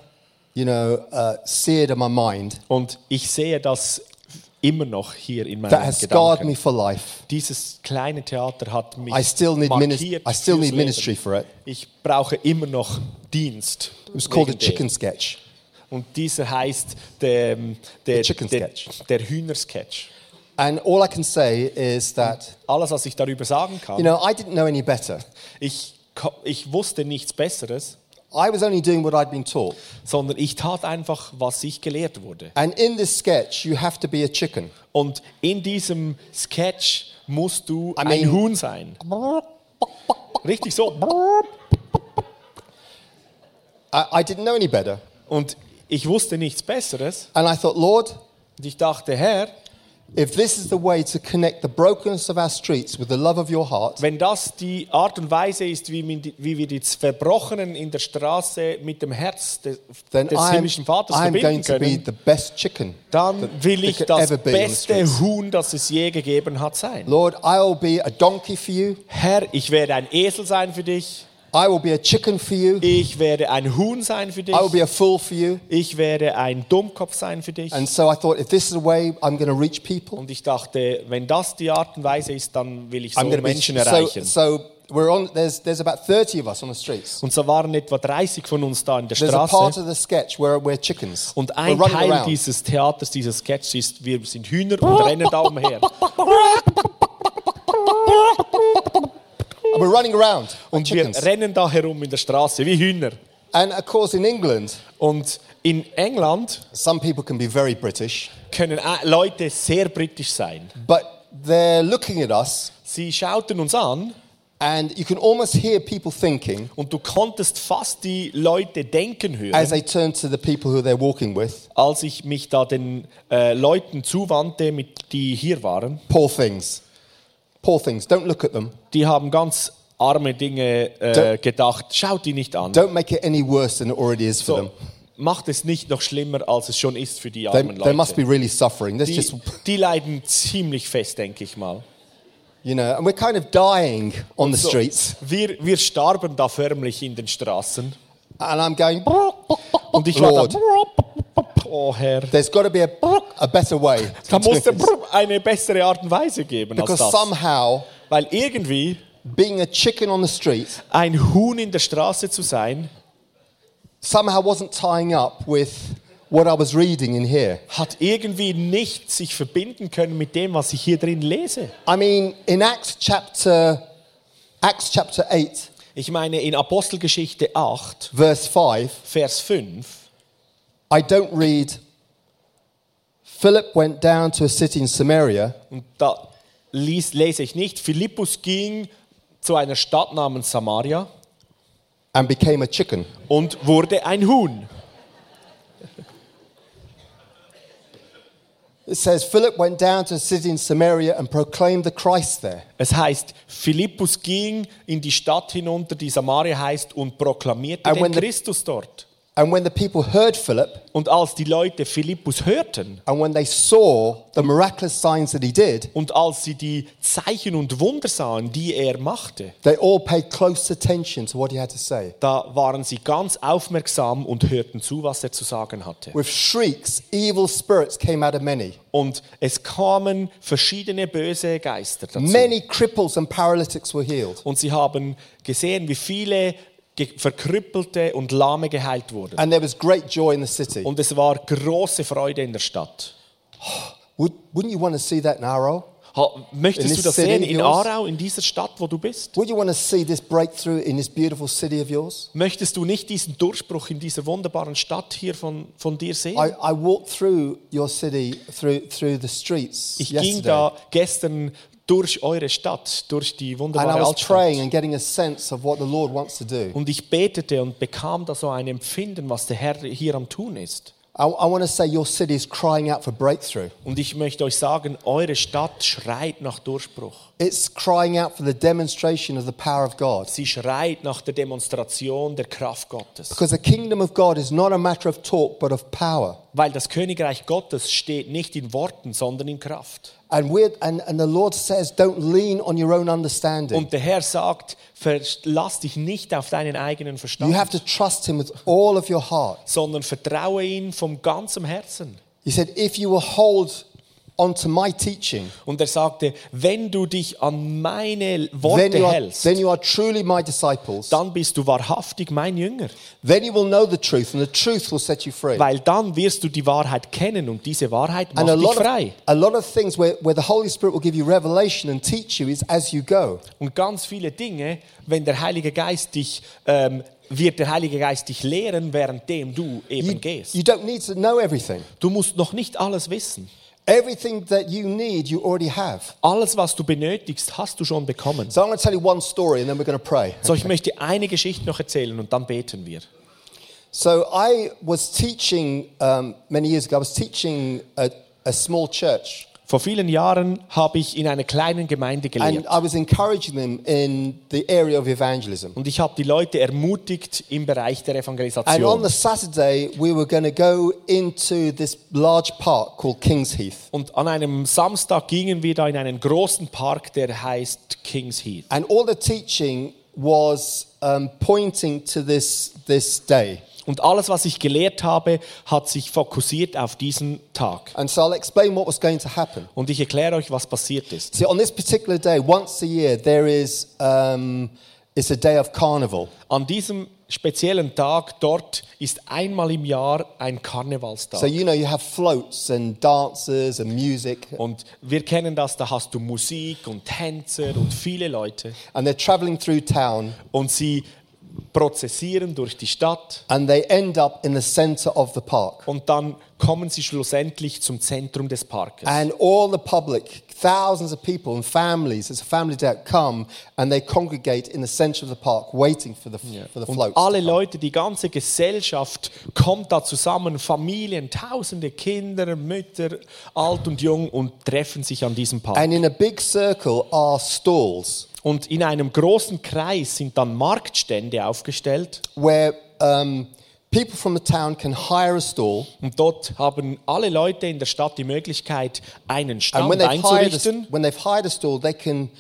seared in my mind. Und ich sehe das immer noch hier in That meinen has scarred Gedanken. me for life. Dieses kleine Theater hat mich I still need markiert I still fürs need Leben. ministry for it. Ich brauche immer noch Dienst. It was called a wegen dem. chicken sketch. Und dieser heißt der Chicken Sketch. der Hühnersketch. And all I can say is that, Alles, was ich darüber sagen kann, I didn't know any better. ich wusste nichts Besseres, I was only doing what I'd been taught. sondern ich tat einfach, was ich gelehrt wurde. And in this sketch, you have to be a chicken. Und in diesem Sketch musst du I mean- ein Huhn sein. Richtig so. I didn't know any better. Und ich wusste nichts Besseres. And I thought, Lord, Und ich dachte, Herr, if this is the way to connect the brokenness of our streets with the love of your heart, wenn das die Art und Weise ist, wie wir die Verbrochenen in der Straße mit dem Herz des then himmlischen Vaters I'm going verbinden to be können, the best chicken dann that will ich could das ever be on the beste streets. Huhn, das es je gegeben hat, sein. Lord, I will be a donkey for you. Herr, ich werde ein Esel sein für dich. I will be a chicken for you. Ich werde ein Huhn sein für dich. I will be a fool for you. Ich werde ein Dummkopf sein für dich. And so I thought, if this is the way I'm going to reach people, Und ich dachte, wenn das die Art und Weise ist, dann will ich so I'm going to be Menschen erreichen. so we're on. There's about 30 of us on the streets. Und so waren etwa 30 von uns da in der There's a part Straße. of the sketch where we're chickens. Und We're ein running Teil around. dieses Theaters, dieses Sketch ist, wir sind Hühner und rennen da umher. And we're running around like Und wir chickens. rennen da herum in der Straße wie Hühner. And of course, in England, Und in England some people can be very British, können Leute sehr britisch sein. but they're looking at us, Sie schauten uns an and you can almost hear people thinking und du konntest fast die Leute denken hören, as they turn to the people who they're walking with. als ich mich da den Leuten zuwandte, die hier waren. Poor things. Poor things. Don't look at them. Die haben ganz arme Dinge gedacht. Schaut die nicht an. Don't make it any worse than it already is for So, them. macht es nicht noch schlimmer, als es schon ist für die armen They must be Leute. really suffering. That's just, Die leiden ziemlich fest, denke ich mal. you know, and we're kind of dying on the So, streets. wir starben da förmlich in den Straßen. And I'm going, Und ich war Lord, da, oh Herr, there's got to be a better way. da to do muss es this. eine bessere Art und Weise geben als Because das. somehow, Weil irgendwie being a chicken on the street ein Huhn in der Straße zu sein, somehow wasn't tying up with what I was reading in here. hat irgendwie nicht sich verbinden können mit dem, was ich hier drin lese. I mean, in Acts chapter 8, Ich meine, in Apostelgeschichte 8, verse 5, Vers 5, I don't read, Philip went down to a city in Samaria und da lese ich nicht, Philippus ging zu einer Stadt namens Samaria and became a chicken. und wurde ein Huhn. It says, Philip went down to a city in Samaria and proclaimed the Christ there. Es heißt, Philippus ging in die Stadt hinunter, die Samaria heißt, und proklamierte And den when the- Christus dort. And when the people heard Philip, Und als die Leute Philippus hörten and when they saw the miraculous signs that he did, und als sie die Zeichen und Wunder sahen, die er machte, they all paid close attention to what he had to say. da waren sie ganz aufmerksam und hörten zu, was er zu sagen hatte. With shrieks, evil spirits came out of many. Und es kamen verschiedene böse Geister dazu. Many cripples and paralytics were healed. Und sie haben gesehen, wie viele Verkrüppelte und Lahme geheilt wurden. And there was great joy in the city. Und es war große Freude in der Stadt. Wouldn't you want to see that in Aarau? Möchtest In du das this sehen city in of yours? Aarau, in dieser Stadt, wo du bist? Would you want to see this breakthrough in this beautiful city of yours? Möchtest du nicht diesen Durchbruch in dieser wunderbaren Stadt hier von dir sehen? I walked through your city, through the streets Ich ging yesterday. da gestern durch eure Stadt, durch die And I wunderbare was praying Altstadt. and getting a sense of what the Lord wants to do. Und ich betete und bekam da so ein Empfinden, was der Herr hier am tun ist. I want to say your city is crying out for breakthrough. Und ich möchte euch sagen, eure Stadt schreit nach Durchbruch. It's crying out for the demonstration of the power of God. Sie schreit nach der Demonstration der Kraft Gottes. Because the kingdom of God is not a matter of talk, but of power. Weil das Königreich Gottes steht nicht in Worten, sondern in Kraft. And the Lord says, don't lean on your own understanding. Und der Herr sagt, verlass dich nicht auf deinen eigenen You have to Verstand, trust him with all of your heart. sondern vertraue ihm von ganzem Herzen. He said, if you will hold onto my teaching, Und er sagte, wenn du dich an meine then Worte hältst, then you are truly my disciples. dann bist du wahrhaftig mein Jünger. Then you will know the truth, and the truth will set you free. Weil dann wirst du die Wahrheit kennen und diese Wahrheit And macht dich frei. a lot of things where the Holy Spirit will give you revelation and teach you is as you go. Und ganz viele Dinge, wenn der Heilige Geist dich, wird der Heilige Geist dich lehren, währenddem du eben gehst. You don't need to know everything. Du musst noch nicht alles wissen. Everything that you need, you already have. Alles, was du benötigst, hast du schon bekommen. So I'm going to tell you one story and then we're going to pray. So, ich möchte eine Geschichte noch erzählen und dann beten wir. So I was teaching, many years ago, I was teaching a small church. Vor vielen Jahren habe ich in einer kleinen Gemeinde And gelehrt. I was encouraging them in the area of evangelism. Und ich habe die Leute ermutigt im Bereich der And on Evangelisation. the Saturday, we were going to go into this large park called King's Heath. Und an einem Samstag gingen wir da in einen großen Park, der heißt King's Heath. And all the teaching was pointing to this day. Und alles, was ich gelehrt habe, hat sich fokussiert auf diesen Tag. And so I'll explain what was going to happen. Und ich erkläre euch, was passiert ist. See, on this particular day, once a year, there is it's a day of carnival. An diesem speziellen Tag dort ist einmal im Jahr ein Karnevalstag. So you know you have floats and dancers and music, Und wir kennen das, da hast du Musik und Tänzer und viele Leute. and they're traveling through town, Und sie prozessieren durch die Stadt. and they end up in the center of the park. Und dann kommen sie schlussendlich zum Zentrum des Parkes. And all the public, thousands of people and families, it's a family day, come and they congregate in the center of the park, waiting for the Und floats. alle Leute, die ganze Gesellschaft kommt da zusammen, Familien, tausende Kinder, Mütter, alt und jung und treffen sich an diesem Park. And in a big circle are stalls Und in einem großen Kreis sind dann Marktstände aufgestellt. where people from the town can hire a stall. Und dort haben alle Leute in der Stadt die Möglichkeit, einen And Stand when einzurichten. they've hired a stall, they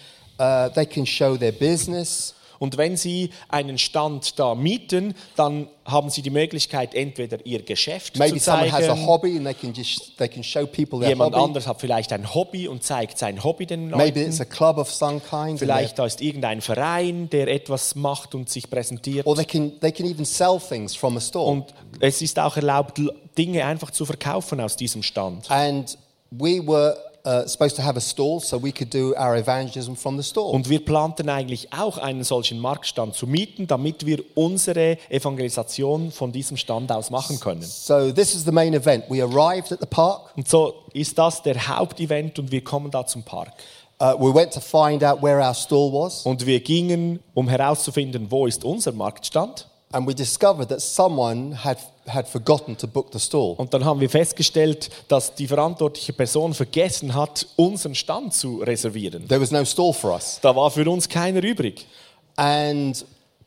can show their business. Und wenn sie einen Stand da mieten, dann haben sie die Möglichkeit, entweder ihr Geschäft Maybe zu someone has a zeigen. hobby and they can show people their Jemand hobby. anderes hat vielleicht ein Hobby und zeigt sein Hobby den Maybe it's Leuten. a club of some kind. and Vielleicht da ist irgendein Verein, der etwas macht und sich präsentiert. or they can even sell things from a stall. Und es ist auch erlaubt, Dinge einfach zu verkaufen aus diesem Stand. And we were supposed to have a stall so we could do our evangelism from the stall. Und wir planten eigentlich auch einen solchen Marktstand zu mieten, damit wir unsere Evangelisation von diesem Stand aus machen können. So this is the main event. We arrived at the park. Und so ist das der Hauptevent und wir kommen da zum Park. We went to find out where our stall was. Und wir gingen, um herauszufinden, wo ist unser Marktstand. And we discovered that someone had forgotten to book the stall. Und dann haben wir festgestellt, dass die verantwortliche Person vergessen hat, unseren Stand zu reservieren. There was no stall for us. Da war für uns keiner übrig. And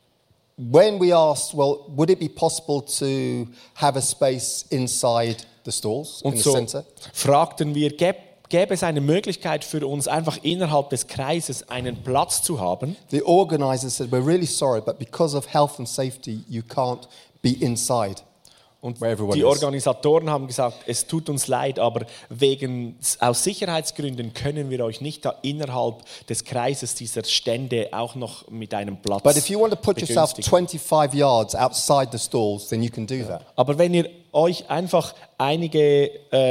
when we asked, well, would it be possible to have a space inside the stalls, in Und the so center? fragten wir, gäbe es eine Möglichkeit für uns, einfach innerhalb des Kreises einen Platz zu haben? The organizer said, we're really sorry, but because of health and safety, you can't be inside. Und Where everyone die is. Organisatoren haben gesagt, es tut uns leid, aber aus Sicherheitsgründen können wir euch nicht da innerhalb des Kreises dieser Stände auch noch mit einem Platz But if you want to put yourself begünstigen. 25 yards outside the stalls, then you can do that. Aber wenn ihr euch einfach einige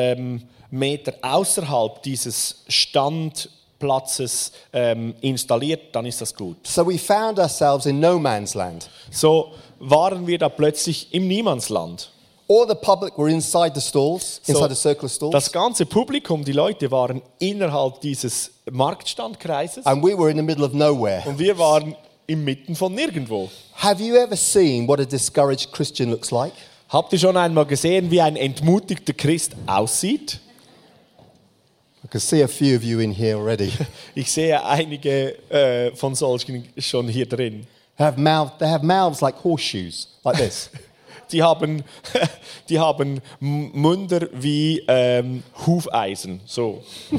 Meter außerhalb dieses Standplatzes installiert, dann ist das gut. So we found ourselves in no man's land. So waren wir da plötzlich im Niemandsland. All the public were inside the stalls, So, inside the circle of stalls. das ganze Publikum, die Leute waren innerhalb dieses Marktstandkreises And we were in the middle of nowhere. und wir waren inmitten von nirgendwo. Have you ever seen what a discouraged Christian looks like? Habt ihr schon einmal gesehen, wie ein entmutigter Christ aussieht? I can see a few of you in here already. Ich sehe einige von solchen schon hier drin. They have mouths like horseshoes, like this. Die haben Münder wie Hufeisen. So.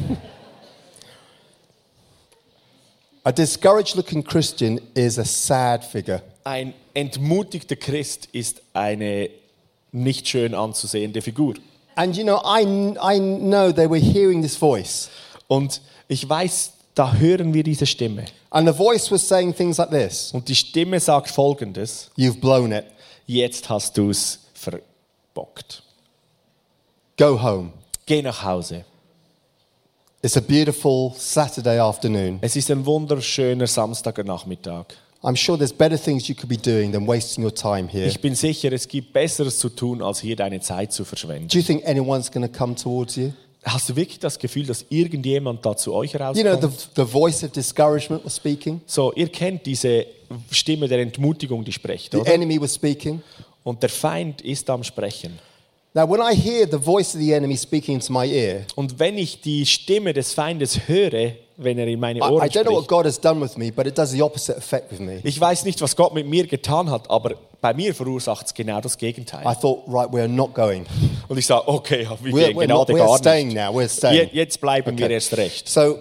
A discouraged looking Christian is a sad figure. Ein entmutigter Christ ist eine nicht schön anzusehende Figur. And you know, I know they were hearing this voice. Und ich weiß, da hören wir diese Stimme. And the voice was saying things like this. Und die Stimme sagt Folgendes: You've blown it. Jetzt hast du es verbockt. Go home. Geh nach Hause. It's a beautiful Saturday afternoon. Es ist ein wunderschöner Samstagnachmittag. I'm sure there's better things you could be doing than wasting your time here. Ich bin sicher, es gibt Besseres zu tun, als hier deine Zeit zu verschwenden. Do you think anyone's going to come towards you? Hast du wirklich das Gefühl, dass irgendjemand da zu euch You rauskommt? know, the voice of discouragement was speaking. So, ihr kennt diese Stimme der Entmutigung, die spricht, The oder? enemy was speaking. Und der Feind ist am Sprechen. Now, when I hear the voice of the enemy speaking into my ear, Und wenn ich die Stimme des Feindes höre, wenn er in meine I Ohren don't know what spricht, God has done with me, but it does the opposite effect with me. ich weiß nicht, was Gott mit mir getan hat, aber bei mir verursacht es genau das Gegenteil. I thought, right, we're not going. Und ich sage, okay, wir We're, gehen we're, not, gerade we're gar staying nicht. now. We're staying. Jetzt bleiben wir Okay. erst recht. So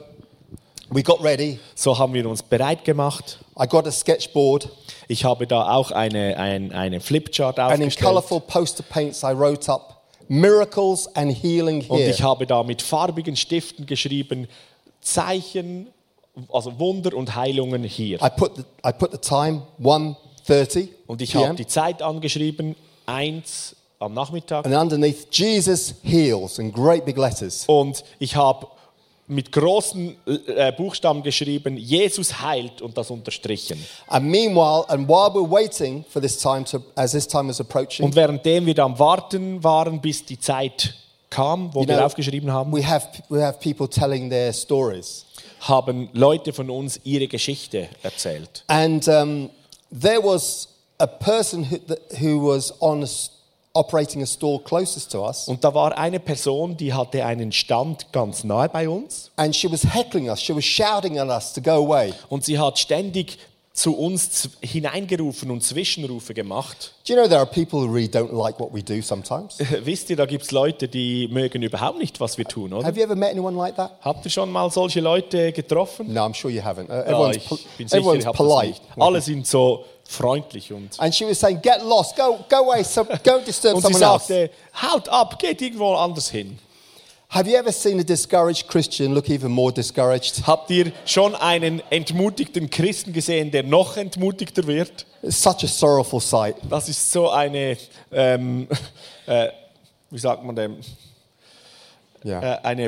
we got ready. So haben wir uns bereit gemacht. I got a sketchboard, Ich habe da auch eine Flipchart and in aufgestellt. colourful poster paints, I wrote up miracles and healing Und here. ich habe da mit farbigen Stiften geschrieben, Zeichen, also Wunder und Heilungen hier. I put the time 1:30 Und ich habe p.m. die Zeit angeschrieben, 1 am Nachmittag. and underneath Jesus heals in great big letters. Und ich habe mit großen Buchstaben geschrieben, Jesus heilt und das unterstrichen. And meanwhile, and while we're waiting for this time as this time is approaching, Und währenddem wir da am Warten waren, bis die Zeit kam, wo you wir know, aufgeschrieben haben, we have people telling their stories. haben Leute von uns ihre Geschichte erzählt. And there was a person who was operating a store closest to us, Und da war eine Person, die hatte einen Stand ganz nahe bei uns. and she was heckling us. She was shouting at us to go away. Und sie hat ständig zu uns hineingerufen und Zwischenrufe gemacht. Do you know there are people who really don't like what we do sometimes? Wisst ihr, da gibt es Leute, die mögen überhaupt nicht, was wir tun, oder? Have you ever met anyone like that? Habt ihr schon mal solche Leute getroffen? No, I'm sure you haven't. Ja, ich bin sicher, Everyone's ich hab das polite. nicht. Alle sind so freundlich und And she was saying, "Get lost, go away, don't disturb und sie someone else." sagte, haut ab, geht irgendwo anders hin. Have you ever seen a discouraged Christian look even more discouraged? Habt ihr schon einen entmutigten Christen gesehen, der noch entmutigter wird? It's such a sorrowful sight. Das ist so eine, wie sagt man dem, Yeah. eine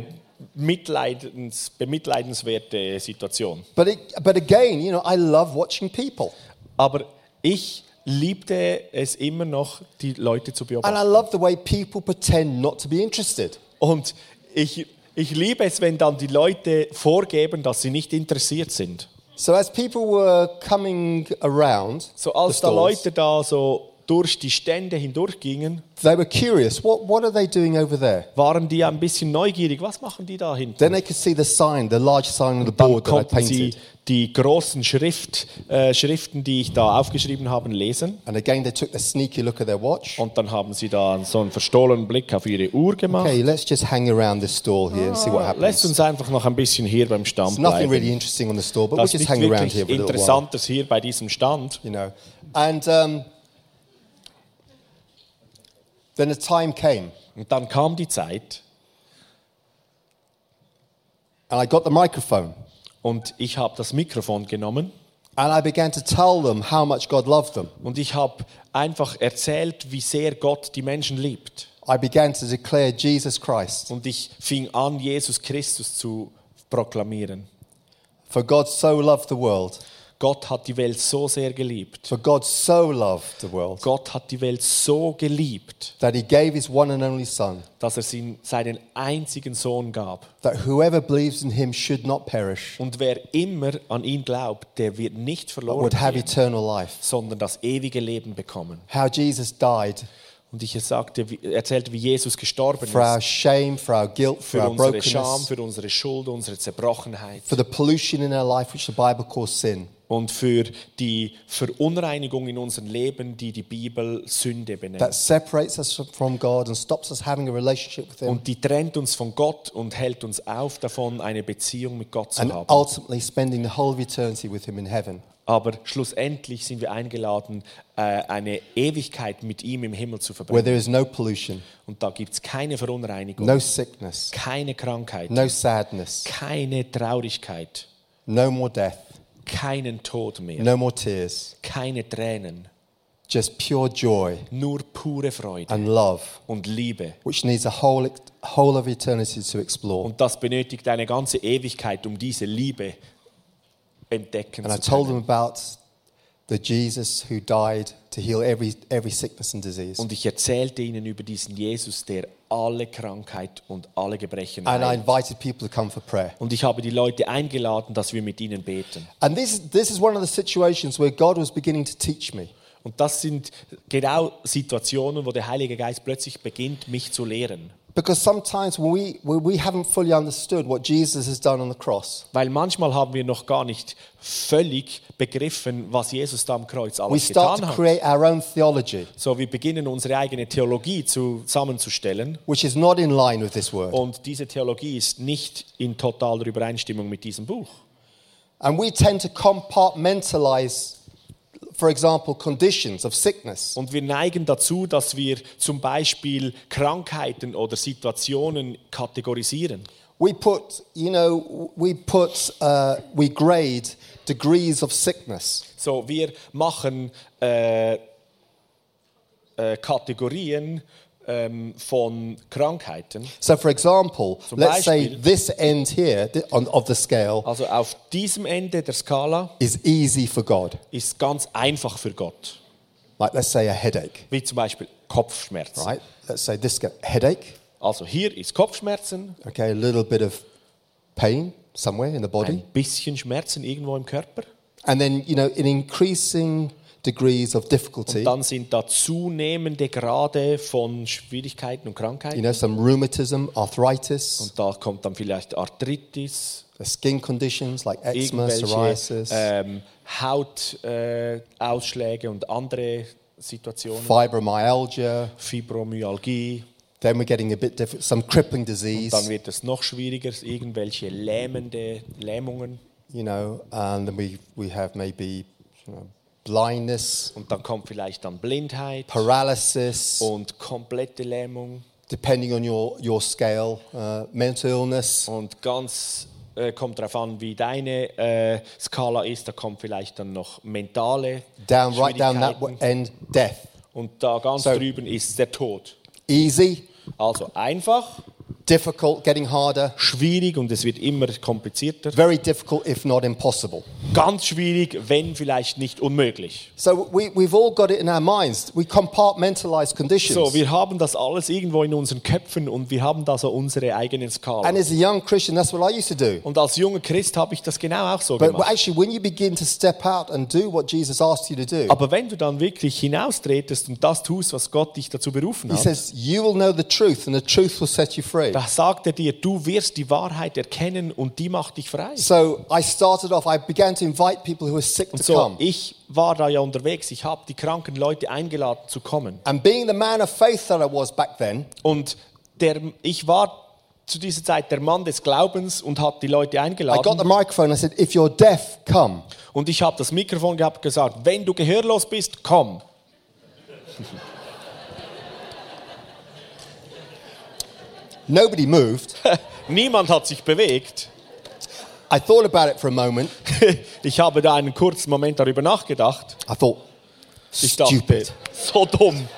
bemitleidenswerte Situation. But again, you know, I love watching people, Aber ich liebte es immer noch, die Leute zu and I beobachten. love the way people pretend not to be interested. Und ich liebe es, wenn dann die Leute vorgeben, dass sie nicht interessiert sind. So as people were coming around, So the als da stores, Leute da so durch die Stände hindurchgingen, they were curious. What are they doing over there? waren die ein bisschen neugierig. Was machen die da hinten? Then they could see the sign, the large sign on the Dann board that I konnten sie painted. die großen Schriften, die ich da aufgeschrieben habe, lesen. And again, they took a sneaky look at their watch. Und dann haben sie da so einen verstohlenen Blick auf ihre Uhr gemacht. Okay, let's just hang around this stall here and see what Lässt happens. uns einfach noch ein bisschen hier beim Stand There's nothing really bleiben. interesting on the store, but we'll Das ist just nicht hang around wirklich here for a little while. Interessantes hier bei diesem Stand. You know, and then the time came, Und dann kam die Zeit and I got the microphone, und ich habe das Mikrofon genommen and I began to tell them how much God loved them. und ich habe einfach erzählt, wie sehr Gott die Menschen liebt. I began to declare Jesus Christ. Und ich fing an, Jesus Christus zu proklamieren. For God so loved the world. Gott hat die Welt so sehr geliebt. For God so loved the world Gott hat die Welt so geliebt, that he gave his one and only Son, dass er seinen einzigen Sohn gab. that whoever believes in him should not perish, Und wer immer an ihn glaubt, der wird nicht but verloren would have gehen, eternal life. sondern das ewige Leben bekommen. How Jesus died Und ich erzählte, wie Jesus gestorben for our ist. shame, for our guilt, for Für our unsere Scham, brokenness, für unsere Schuld, unsere Zerbrochenheit. for the pollution in our life, which the Bible calls sin. Und für die Verunreinigung in unserem Leben, die die Bibel Sünde benennt. That separates us from God and stops us having a relationship with him, Und die trennt uns von Gott und hält uns auf davon, eine Beziehung mit Gott zu and haben. ultimately spending the whole of eternity with him in heaven. Aber schlussendlich sind wir eingeladen, eine Ewigkeit mit ihm im Himmel zu Where verbringen. there is no pollution, Und da gibt es keine Verunreinigung, no sickness, keine Krankheit, no sadness, keine Traurigkeit, no more death, keinen Tod mehr, no more tears, keine Tränen, just pure joy nur pure Freude and love, und Liebe. which needs a whole of eternity to explore. Und das benötigt eine ganze Ewigkeit, um diese Liebe entdecken And I zu told them können. about the Jesus who died to heal every sickness and disease. Und ich erzählte ihnen über diesen Jesus, der alle Krankheit und alle Gebrechen And I heilt. invited people to come for prayer. Und ich habe die Leute eingeladen, dass wir mit ihnen beten. And this is one of the situations where God was beginning to teach me. Und das sind genau Situationen, wo der Heilige Geist plötzlich beginnt, mich zu lehren. Because sometimes when we haven't fully understood what Jesus has done on the cross, Weil manchmal haben wir noch gar nicht völlig begriffen, was Jesus da am Kreuz we alles start getan to hat. create our own theology, So, wir beginnen unsere eigene Theologie zusammenzustellen. which is not in line with this word. Und diese Theologie ist nicht in totaler Übereinstimmung mit diesem Buch. And we tend to compartmentalize, for example, conditions of sickness. Und wir neigen dazu, dass wir zum Beispiel Krankheiten oder Situationen kategorisieren. We grade degrees of sickness. So, wir machen Kategorien von Krankheiten. So, for example, Zum let's say Beispiel- this end here of the scale Also auf diesem Ende der Skala is easy for God. ist ganz einfach für Gott. Like, let's say a headache, Wie zum Beispiel Kopfschmerzen. right? Let's say this headache. Also hier ist Kopfschmerzen, Okay, a little bit of pain somewhere in the body. ein bisschen Schmerzen irgendwo im Körper. And then, in increasing degrees of difficulty, Dann sind da zunehmende Grade von Schwierigkeiten und Krankheiten. some rheumatism, arthritis, Und da kommt dann vielleicht Arthritis, skin conditions like eczema, irgendwelche psoriasis, Hautausschläge und andere Situationen. fibromyalgia. Fibromyalgie. Then we're getting a bit different, some crippling disease, Dann wird es noch schwieriger, irgendwelche Lähmungen. and then we have maybe blindness, Und dann kommt vielleicht dann Blindheit paralysis, und komplette Lähmung. depending on your scale, mental illness, Und ganz kommt darauf an, wie deine Skala ist. Da kommt vielleicht dann noch mentale right down that Schwierigkeiten. end, death. Und da ganz So- drüben ist der Tod. Easy, Also einfach, difficult, getting harder, schwierig und es wird immer komplizierter. very difficult if not impossible. Ganz schwierig, wenn vielleicht nicht unmöglich. So we've all got it in our minds. We compartmentalize conditions. So, wir haben das alles irgendwo in unseren Köpfen und wir haben da so unsere eigenen Skalen. And as a young Christian, that's what I used to do. Und als junger Christ habe ich das genau auch so But gemacht. actually, when you begin to step out and do what Jesus asked you to do, Aber wenn du dann wirklich hinaustretest und das tust, was Gott dich dazu berufen he hat, says, you will know the truth and the truth will set you free. da sagt er dir, du wirst die Wahrheit erkennen und die macht dich frei. So I began to invite people who were sick Und to so, come. ich war da ja unterwegs, ich habe die kranken Leute eingeladen zu kommen. And being the man of faith that I was back then, Und ich war zu dieser Zeit der Mann des Glaubens und habe die Leute I got eingeladen. the microphone. I said, if you're deaf, come. Und ich habe das Mikrofon gehabt und gesagt, wenn du gehörlos bist, komm. Nobody moved. Niemand hat sich bewegt. I thought about it for a moment. Ich habe da einen kurzen Moment darüber nachgedacht. I thought, Ich dachte, stupid. so dumm.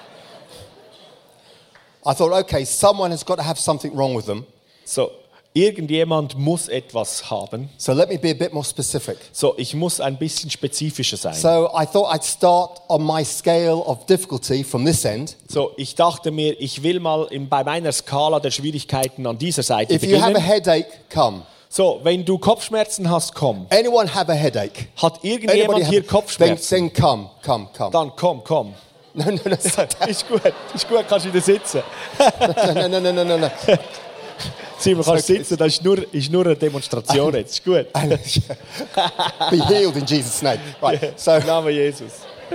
I thought, okay, someone has got to have something wrong with them. So, irgendjemand muss etwas haben. So let me be a bit more specific. So, ich muss ein bisschen spezifischer sein. So I thought I'd start on my scale of difficulty from this end. So, ich dachte mir, ich will mal bei meiner Skala der Schwierigkeiten an dieser Seite If you have a beginnen. headache, come. So, wenn du Kopfschmerzen hast, komm. Anyone have a headache? Hat irgendjemand hier Kopfschmerzen? Then come. Dann komm. No, Ist gut, kannst du wieder sitzen. no. Simon, kannst du sitzen, das ist nur eine Demonstration jetzt. Ist gut. Be healed in Jesus' name. Right. So Im Namen Jesus.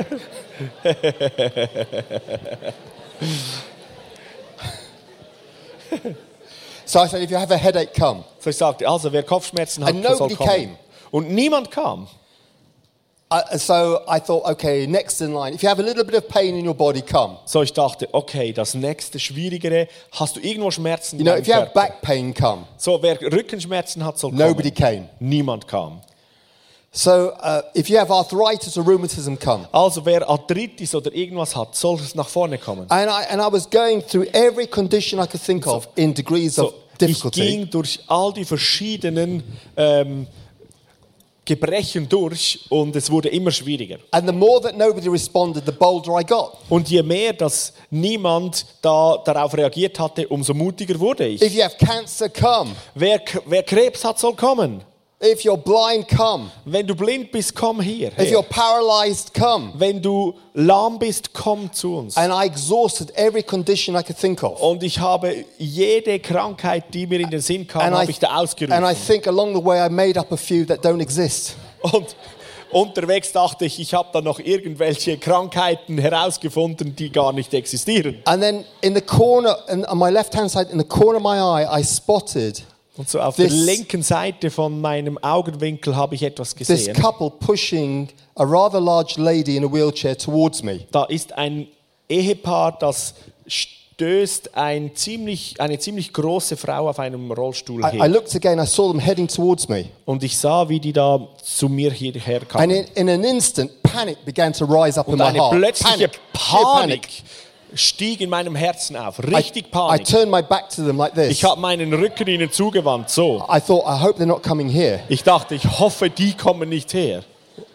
So I said, if you have a headache, come. So ich sagte, also wer Kopfschmerzen hat, And soll nobody kommen. came. Und niemand kam. So I thought, okay, next in line. If you have a little bit of pain in your body, come. So ich dachte, okay, das nächste Schwierigere, hast du irgendwo Schmerzen in You know, deinem if you have Körper? back pain, come. So wer Rückenschmerzen hat, soll Nobody kommen. came. Niemand kam. So if you have arthritis or rheumatism, come. Also wer Arthritis oder irgendwas hat, soll es nach vorne kommen. And I was going through every condition I could think of in degrees of So, ich difficulty. ging durch all die verschiedenen Gebrechen durch und es wurde immer schwieriger. And the more that nobody responded, the bolder I got. Und je mehr, dass niemand darauf reagiert hatte, umso mutiger wurde ich. If you have cancer, come. Wer Krebs hat, soll kommen. If you're blind, come. Wenn du blind bist, komm hier. If you're paralyzed, come. Wenn du lahm bist, komm zu uns. And I exhausted every condition I could think of. Und ich habe jede Krankheit, die mir in den Sinn kam, habe ich da ausgerufen. And I think along the way I made up a few that don't exist. Und unterwegs dachte ich, ich habe da noch irgendwelche Krankheiten herausgefunden, die gar nicht existieren. And then in the corner, on my left-hand side, in the corner of my eye, I spotted Und so auf der linken Seite von meinem Augenwinkel habe ich etwas this gesehen. couple pushing a rather large lady in a wheelchair towards me. Da ist ein Ehepaar, das stößt eine ziemlich große Frau auf einem Rollstuhl I her. looked again, I saw them heading towards me. Und ich sah, wie die da zu mir hierher And kamen. in an instant, panic began to rise up in Und my eine heart. plötzliche Sheer Panik stieg in meinem Herzen auf. Richtig I Panik. turned my back to them like this. Ich habe meinen Rücken ihnen zugewandt, so. I thought, I hope they're not coming here. Ich dachte, ich hoffe, die kommen nicht her.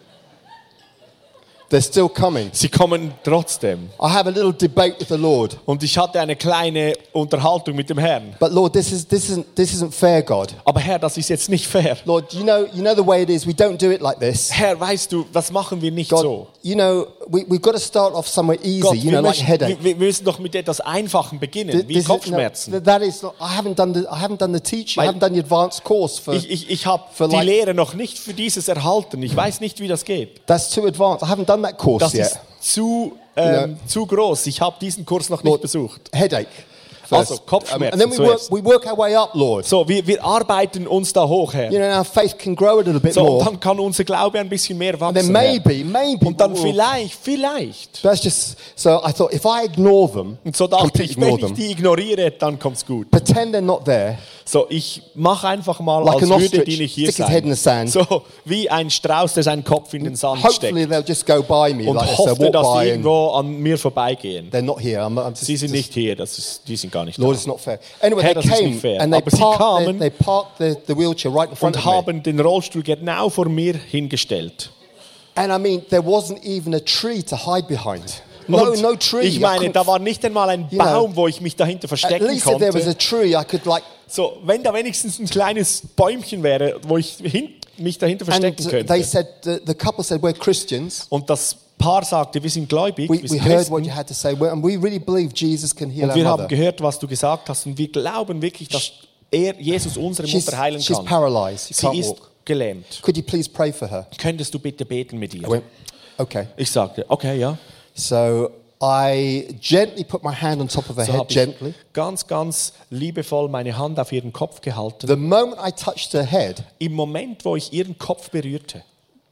They're still coming. Sie kommen trotzdem. I have a little debate with the Lord. Und ich hatte eine kleine Unterhaltung mit dem Herrn. But Lord, this isn't fair, God. Aber Herr, das ist jetzt nicht fair. Lord, you know the way it is. We don't do it like this. Herr, weißt du, das machen wir nicht God, so. you know, we've got to start off somewhere easy, Gott, you know, like a headache. wir müssen doch mit etwas Einfachem beginnen, wie This is- Kopfschmerzen. no, that is not, I haven't done the teaching. I haven't done the advanced course for. Ich habe für die like- Lehre noch nicht für dieses erhalten. Ich weiß nicht, wie das geht. That's too advanced. I haven't done that course Das yet. ist zu groß. Ich habe diesen Kurs noch nicht Lord, besucht. Headache. Also, first. Kopfschmerzen And then zuerst. we work our way up, Lord. So, wir arbeiten uns da hoch, Herr. You know, our faith can grow a little bit So, und more. dann kann unser Glaube ein bisschen mehr And then wachsen. Herr. maybe. Und dann we'll- vielleicht. That's just so. I thought if I ignore them, Und so dachte completely ich, wenn ignore ich them, die ignoriere, dann kommt's gut. pretend they're not there, So, ich mache einfach mal, like als an würde die ostrich, nicht hier stick his head in sein. the sand. So, wie ein Strauß, der seinen Kopf in den Sand Hopefully steckt. they'll just go by me Und like this. hoffte, They'll dass walk die by and irgendwo an mir vorbeigehen. they're not here. I'm just, Sie sind nicht hier, die sind gar nicht Lord, da. it's not fair. Anyway, Herr, they das ist came nicht fair. and they Aber sie kamen parked the wheelchair right in front Und of me. haben den Rollstuhl genau vor mir hingestellt. And I mean, there wasn't even a tree to hide behind. No Und tree. ich meine, da war nicht einmal ein You know, Baum, wo ich mich dahinter At verstecken least if there was a konnte. tree, I could like. So, wenn da wenigstens ein kleines Bäumchen wäre, wo ich mich dahinter And verstecken they könnte. said the couple said we're Christians. Und das Paar sagte, wir sind gläubig, We wir sind heard what Christen. you had to say, and we really believe Jesus can heal Und our wir haben mother. gehört, was du gesagt hast. Und wir glauben wirklich, dass Jesus unsere Mutter heilen She's kann. paralyzed. She Sie can't ist walk. gelähmt. Could you please pray for her? Könntest du bitte beten mit ihr? I went, okay. Ich sagte, okay, ja. So I gently put my hand on top of her So head, habe ich gently. ganz liebevoll meine Hand auf ihren Kopf gehalten. The moment I touched her head, Im Moment, wo ich ihren Kopf berührte,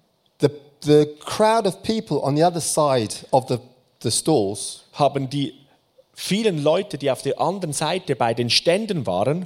the crowd of people on the other side of the stalls haben die vielen Leute, die auf der anderen Seite bei den Ständen waren,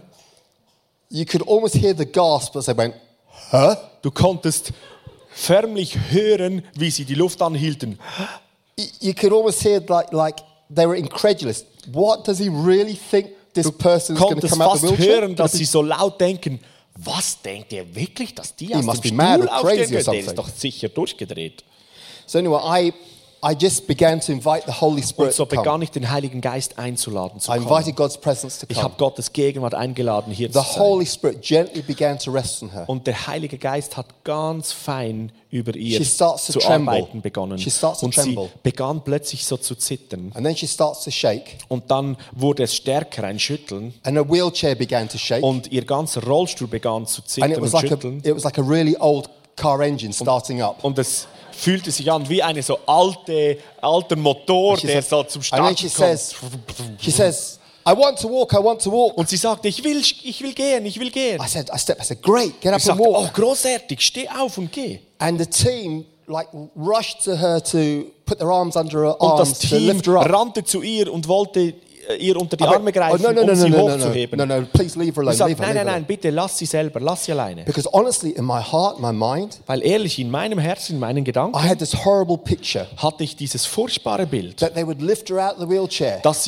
you could almost hear the gasp as they went, huh? du konntest förmlich hören, wie sie die Luft anhielten. You could almost hear like they were incredulous. What does he really think this person is going to Konntest come out fast the wheelchair? hören, dass sie so laut denken, was denkt ihr wirklich, dass die aus must dem be mad Stuhl or aufstehen crazy or können? Der ist something. doch sicher durchgedreht. So anyway, I just began to invite the Holy Und Spirit so to come. begann ich den Heiligen Geist einzuladen zu I kommen. invited God's presence to Ich come. habe Gottes Gegenwart eingeladen, hier The zu sein. Holy Spirit gently began to rest on her. Und der Heilige Geist hat ganz fein über ihr She starts to zu tremble. arbeiten begonnen. She starts to Und sie tremble. begann plötzlich so zu zittern. And then she starts to shake. Und dann wurde es stärker, ein Schütteln. And her wheelchair began to shake. Und ihr ganzer Rollstuhl begann zu And zittern it was und like schütteln. a really old car engine starting up. Und es fühlte sich an wie eine so alter Motor, She der said- so zum and then Starten she says, I want to walk, I want to walk. Und sie sagte, ich will gehen. I said, great, get up Ich and sagte, oh walk. großartig, steh auf und geh. And the team like rushed to her to put their arms under her Und das arms to Team lift her up. rannte zu ihr und wollte ihr unter die I went, Arme greifen, no, um sie no, hochzuheben. no, please leave her alone. Ich sagte, Leave her, nein, leave her. nein, bitte lass sie selber, lass sie alleine. Because honestly, in my heart, my mind, Weil ehrlich, in meinem Herzen, in meinen I Gedanken had this horrible picture hatte ich dieses furchtbare Bild, that they would lift her out of the wheelchair dass sie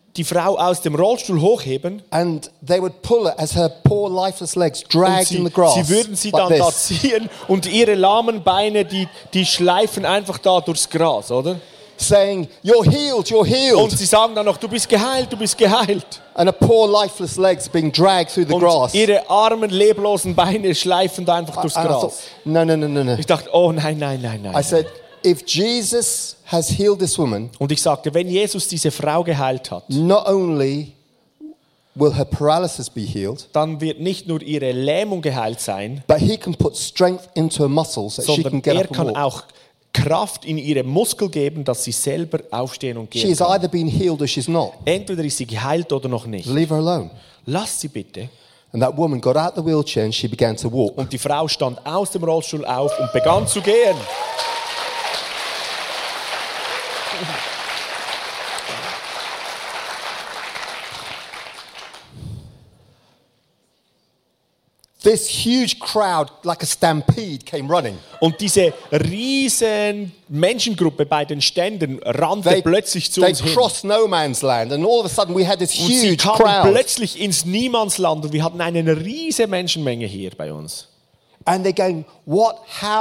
die Frau aus dem Rollstuhl hochheben. And they would pull her as her poor lifeless legs Und dragged in the grass. sie würden sie like dann da this. ziehen und ihre lahmen Beine, die schleifen einfach da durchs Gras, oder? Saying, "You're healed, you're Und healed." sie sagen dann noch, du bist geheilt, du bist geheilt. And her poor lifeless legs being dragged through the Und grass. ihre armen, leblosen Beine schleifen da einfach durchs And I thought, Gras. no. Ich dachte, oh nein, nein, nein, nein. I said, if Jesus has healed this woman, Und ich sagte, wenn Jesus diese Frau geheilt hat, not only will her paralysis be healed, dann wird nicht nur ihre Lähmung geheilt sein, but he can put strength into her muscles that she sondern can get er up and kann walk. auch Kraft in ihre Muskel geben, dass sie selber aufstehen und gehen She's kann. either been healed or she's not. Entweder ist sie geheilt oder noch nicht. Leave her alone. Lass sie bitte. And that woman got out the wheelchair and she began to walk. Und die Frau stand aus dem Rollstuhl auf und begann zu gehen. This huge crowd, like a stampede, came running. Und diese riesen Menschengruppe bei den Ständen rannte plötzlich zu They uns hin. crossed no man's land, and all of a sudden we had this Und sie huge kamen crowd. plötzlich ins Niemandsland und wir hatten eine riesige Menschenmenge hier bei uns. And they're going, what,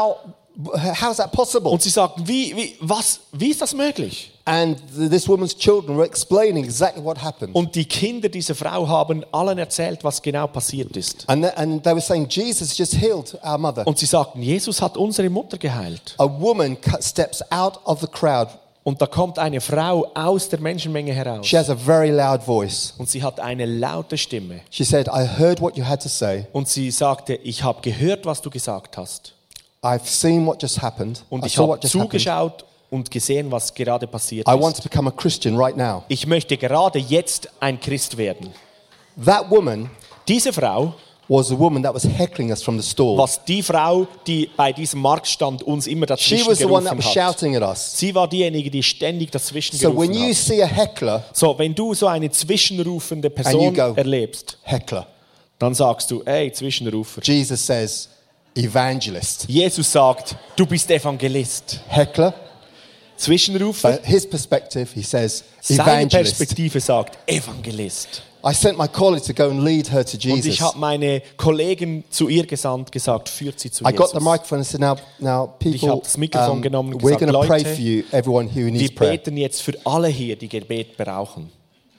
how's that possible? Und sie sagten, wie ist das möglich? And this woman's children were explaining exactly what happened. Und die Kinder dieser Frau haben allen erzählt, was genau passiert ist. And they were saying, Jesus just healed our mother. Und sie sagten, Jesus hat unsere Mutter geheilt. A woman steps out of the crowd. Und da kommt eine Frau aus der Menschenmenge heraus. She has a very loud voice. Und sie hat eine laute Stimme. She said, I heard what you had to say. Und sie sagte, ich habe gehört, was du gesagt hast. I've seen what just happened. Und I ich saw habe what just happened. zugeschaut und gesehen, was gerade passiert I want ist. to become a Christian right now. Ich möchte gerade jetzt ein Christ werden. That woman Diese Frau was the woman that was heckling us from the stall. was die Frau, die bei diesem Marktstand uns immer She dazwischen was the one that gerufen was hat. shouting at us. Sie war diejenige, die ständig dazwischen So when gerufen you hat. see a heckler, So, wenn du so eine zwischenrufende Person go- erlebst, heckler, dann sagst du, ey, Zwischenrufer. Jesus says, evangelist. Jesus sagt, du bist Evangelist. Heckler, Zwischenrufer, but his perspective, he says, seine evangelist. Perspektive sagt, Evangelist. I sent my colleague to go and lead her to Und ich Jesus. habe meine Kollegen zu ihr gesandt, gesagt, führt sie zu I got Jesus. the microphone and said, now Ich people, habe das Mikrofon genommen und we're gesagt, going to pray Leute, for you, everyone who Wir needs prayer. beten jetzt für alle hier, die Gebet brauchen.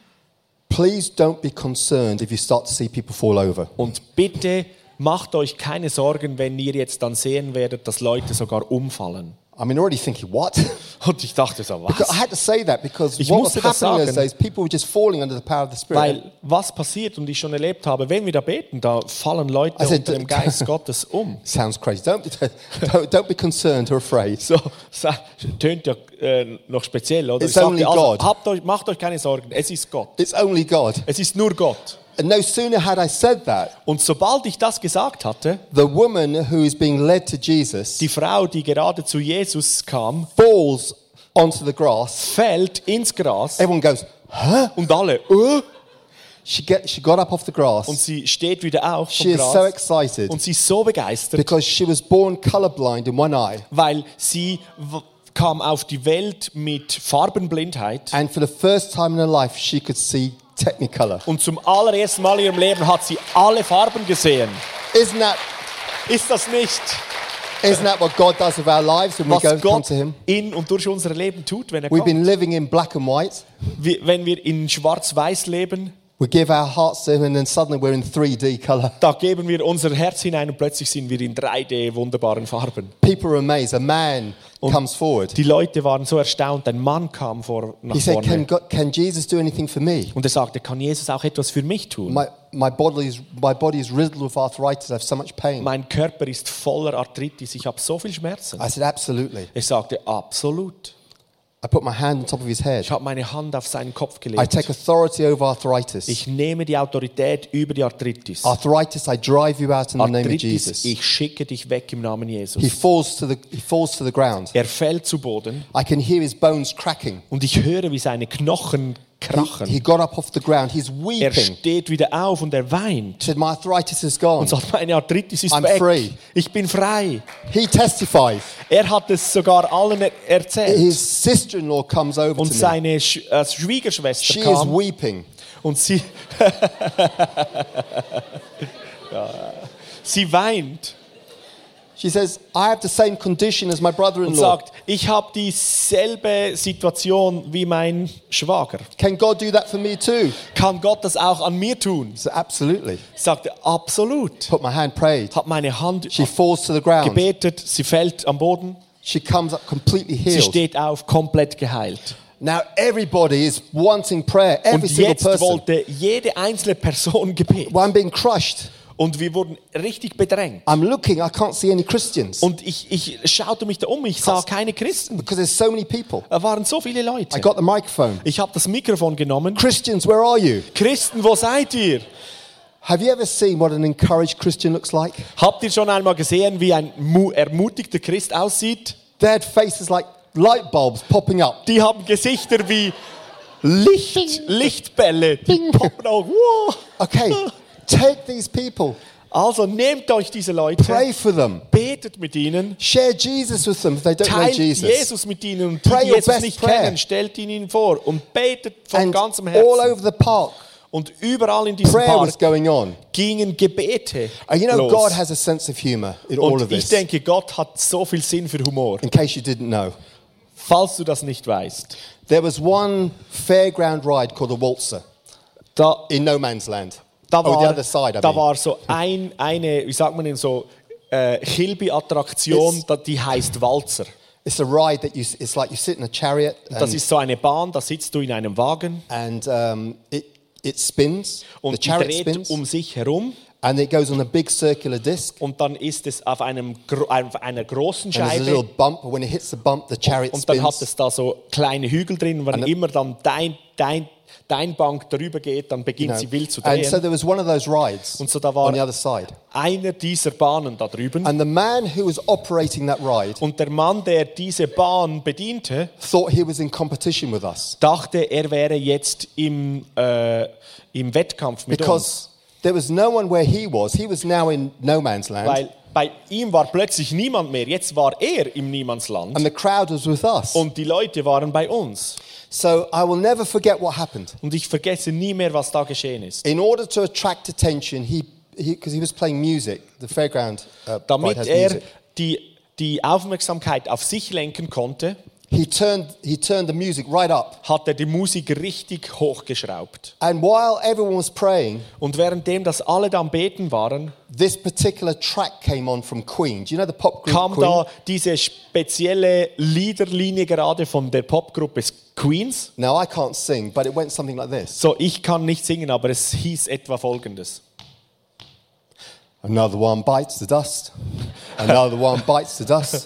Please don't be concerned if you start to see people fall over. Und bitte macht euch keine Sorgen, wenn ihr jetzt dann sehen werdet, dass Leute sogar umfallen. I mean, already thinking, what? Und ich dachte so, Because I was? had to say that because Ich what was musste das happening those sagen. days, people were just falling under the power of the Spirit. Weil was passiert und ich schon erlebt habe, wenn wir da beten, da fallen Leute I said, unter dem Geist Gottes um. Sounds crazy. Don't be concerned or afraid. So, tönt ja noch speziell, oder? It's Ich sagte, only also, God. macht euch keine Sorgen, es ist Gott. It's only God. Es ist nur Gott. And no sooner had I said that, Und sobald ich das gesagt hatte, the woman who is being led to Jesus die Frau, die gerade zu Jesus kam, falls onto the grass. fällt ins Gras Everyone goes, huh? und alle, She got up off the und grass. sie steht wieder auf She vom is so Gras excited und sie ist so begeistert, because she was born colorblind in one eye. weil sie kam auf die Welt mit Farbenblindheit And for the first time in her life, she could see Technicolor. und zum allerersten Mal in ihrem Leben hat sie alle Farben gesehen. Ist das nicht, Isn't that what God does with our lives when we was come Gott to Him? in und durch unser Leben tut, wenn er We've been kommt? living in black and white. Wenn wir in Schwarz-Weiß leben, We give our hearts to Him, and then suddenly we're in 3D color. da geben wir unser Herz hinein und plötzlich sind wir in 3D wunderbaren Farben. People are amazed. A man comes forward. Die Leute waren so erstaunt, ein Mann kam nach He said, vorne can Jesus do anything for me? und er sagte, kann Jesus auch etwas für mich tun? My body is riddled with arthritis. I have so much pain. Mein Körper ist voller Arthritis, ich habe so viel Schmerzen. I said, absolutely. Er sagte, absolut. I put my hand on top of his head. Ich habe meine Hand auf seinen Kopf I gelegt. take authority over arthritis. Ich nehme die Autorität über die Arthritis. Arthritis, I drive you out in the name of Arthritis, Jesus. ich schicke dich weg im Namen Jesus. He falls to the ground. Er fällt zu Boden I can hear his bones cracking. und ich höre, wie seine Knochen krachen. He got up off the ground. He's Er weeping. steht wieder auf und er weint. He said, my arthritis is gone. Und sagt, meine Arthritis ist I'm weg. free. Ich bin frei. He testifies. Er hat es sogar allen erzählt. His sister-in-law comes over Und to me. seine Schwiegerschwester She is kam weeping. und sie, sie weint She says, I have the same condition as my und brother-in-law. sagt, ich habe dieselbe Situation wie mein Schwager. Can God do that for me too? Kann Gott das auch an mir tun? So absolutely. Sagte, absolut. Put my hand, prayed. Hat meine Hand She falls to the ground. gebetet, sie fällt am Boden, She comes up completely sie healed. steht auf, komplett geheilt. Now everybody is wanting prayer. Every Und single jetzt person. wollte jede einzelne Person Gebet. Well, I'm being crushed. Und wir wurden richtig bedrängt. I'm looking, I can't see any Christians. Und ich schaute mich da um, ich sah keine Christen. Because there's so many people. Da waren so viele I Leute. got the microphone. Ich habe das Mikrofon genommen. Christians, where are you? Christen, wo seid ihr? Have you ever seen what an encouraged Christian looks like? Habt ihr schon einmal gesehen, wie ein ermutigter Christ aussieht? They had faces like light bulbs popping up. Die haben Gesichter wie Lichtbälle. Die poppen auch. Wow. Okay, take these people. Also nehmt euch diese Leute, Pray for them. betet mit ihnen, Share Jesus with them if they don't know teilt Jesus. Jesus mit ihnen und die, Pray die your Jesus best nicht prayer. kennen, stellt ihn ihnen vor und betet von And ganzem all Herzen. over the park, Und überall in diesem prayer was Park going on. gingen Gebete And you know, los. God has a sense of humor in all Und of ich this. denke, Gott hat so viel Sinn für Humor. In case you didn't know. Falls du das nicht weißt. There was one fairground ride called the Waltzer Da, in no man's land. da, Oh, the war, other side, I da mean. war so eine, wie sagt man denn so, Kilby-Attraktion, die heißt Walzer. It's a ride that it's like you sit in a chariot Das ist so eine Bahn, da sitzt du in einem Wagen and it spins. und The die chariot dreht spins. um sich herum. And it goes on a big circular disc. Und dann ist es auf einer großen And there's a little Scheibe. bump. When it hits the bump, the chariot Und dann hat spins. es da so kleine Hügel drin. Und wenn immer dann dein Bank darüber geht, dann beginnt sie wild zu And so drehen. there was one of those rides Und so da on war the other side. einer dieser Bahnen da drüben. And the man who was operating that ride Und der Mann, der diese Bahn bediente, thought he was in competition with us. dachte, er wäre jetzt im Wettkampf mit Because uns. there was no one where he was. He was now in no man's land. Weil bei ihm war plötzlich niemand mehr. Jetzt war er im Niemandsland. And the crowd was with us. Und die Leute waren bei uns. So I will never forget what happened. Und ich vergesse nie mehr, was da geschehen ist. In order to attract attention, because he was playing music, the fairground Damit ride has er music. die Aufmerksamkeit auf sich lenken konnte, He turned the music right up. hat er die Musik richtig hochgeschraubt. And while everyone was praying, Und währenddem das alle da am Beten waren, this particular track came on from Queen. Do you know the pop group kam Queen? da diese spezielle Liederlinie gerade von der Popgruppe Queens. Now I can't sing, but it went something like this. So, ich kann nicht singen, aber es hieß etwa Folgendes. Another one bites the dust. Another one bites the dust.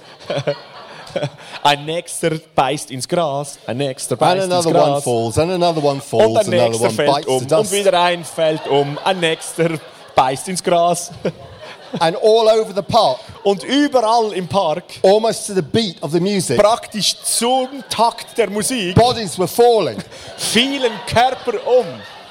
Ein nächster beißt ins Gras, ein nächster And beißt ins another one Gras. falls, and another one Und falls, ein another nächster one fällt bites um. the Und dust. wieder ein fällt um, ein nächster beißt ins Gras. And all over the park, Und überall im Park, almost to the beat of the music, praktisch zum Takt der Musik, bodies were falling. fielen Körper um.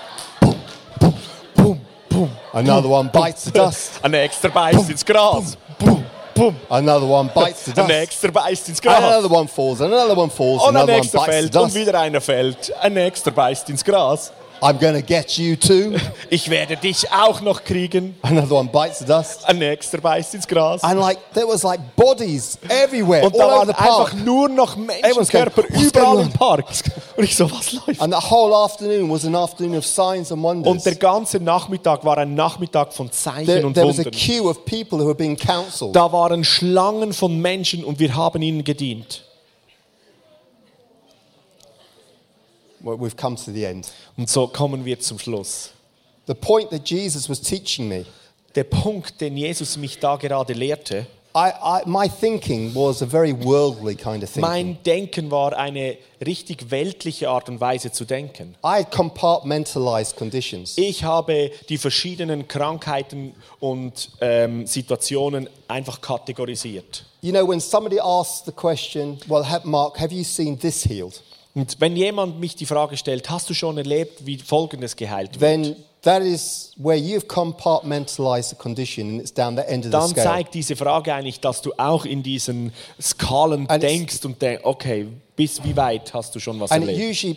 Another one bites the dust. Ein nächster beißt ins Gras. Bum, bum. Another one bites the Ein dust. nächster beißt ins And Gras. another one falls, and another one falls, Und ein another one nächster bites the fällt und dust. wieder einer fällt. Ein nächster beißt ins Gras. I'm going to get you too. Ich werde dich auch noch kriegen. Another one bites the dust. Ein nächster beißt ins Gras. And there was like bodies everywhere, Und da all over waren the park. einfach nur noch Everyone's Menschenkörper going, "What's überall going im Park. Und ich so, was läuft? And the whole afternoon was an afternoon of signs and Und wonders. der ganze Nachmittag war ein Nachmittag von Zeichen und There was a Wundern. queue of people who were being counseled. Da waren Schlangen von Menschen und wir haben ihnen gedient. Well, we've come to the end. Und so kommen wir zum Schluss. The point that Jesus was teaching me, Der Punkt, den Jesus mich da gerade lehrte, my thinking was a very worldly kind of thinking. mein Denken war eine richtig weltliche Art und Weise zu denken. I had compartmentalized conditions. Ich habe die verschiedenen Krankheiten und Situationen einfach kategorisiert. You know, when somebody asks the question, well, Mark, have you seen this healed? Und wenn jemand mich die Frage stellt, hast du schon erlebt, wie Folgendes geheilt wird? then that is where you've compartmentalized the condition and it's down the end of the Dann scale. zeigt diese Frage eigentlich, dass du auch in diesen Skalen And denkst und denkst, okay, bis wie weit hast du schon was And it erlebt? usually,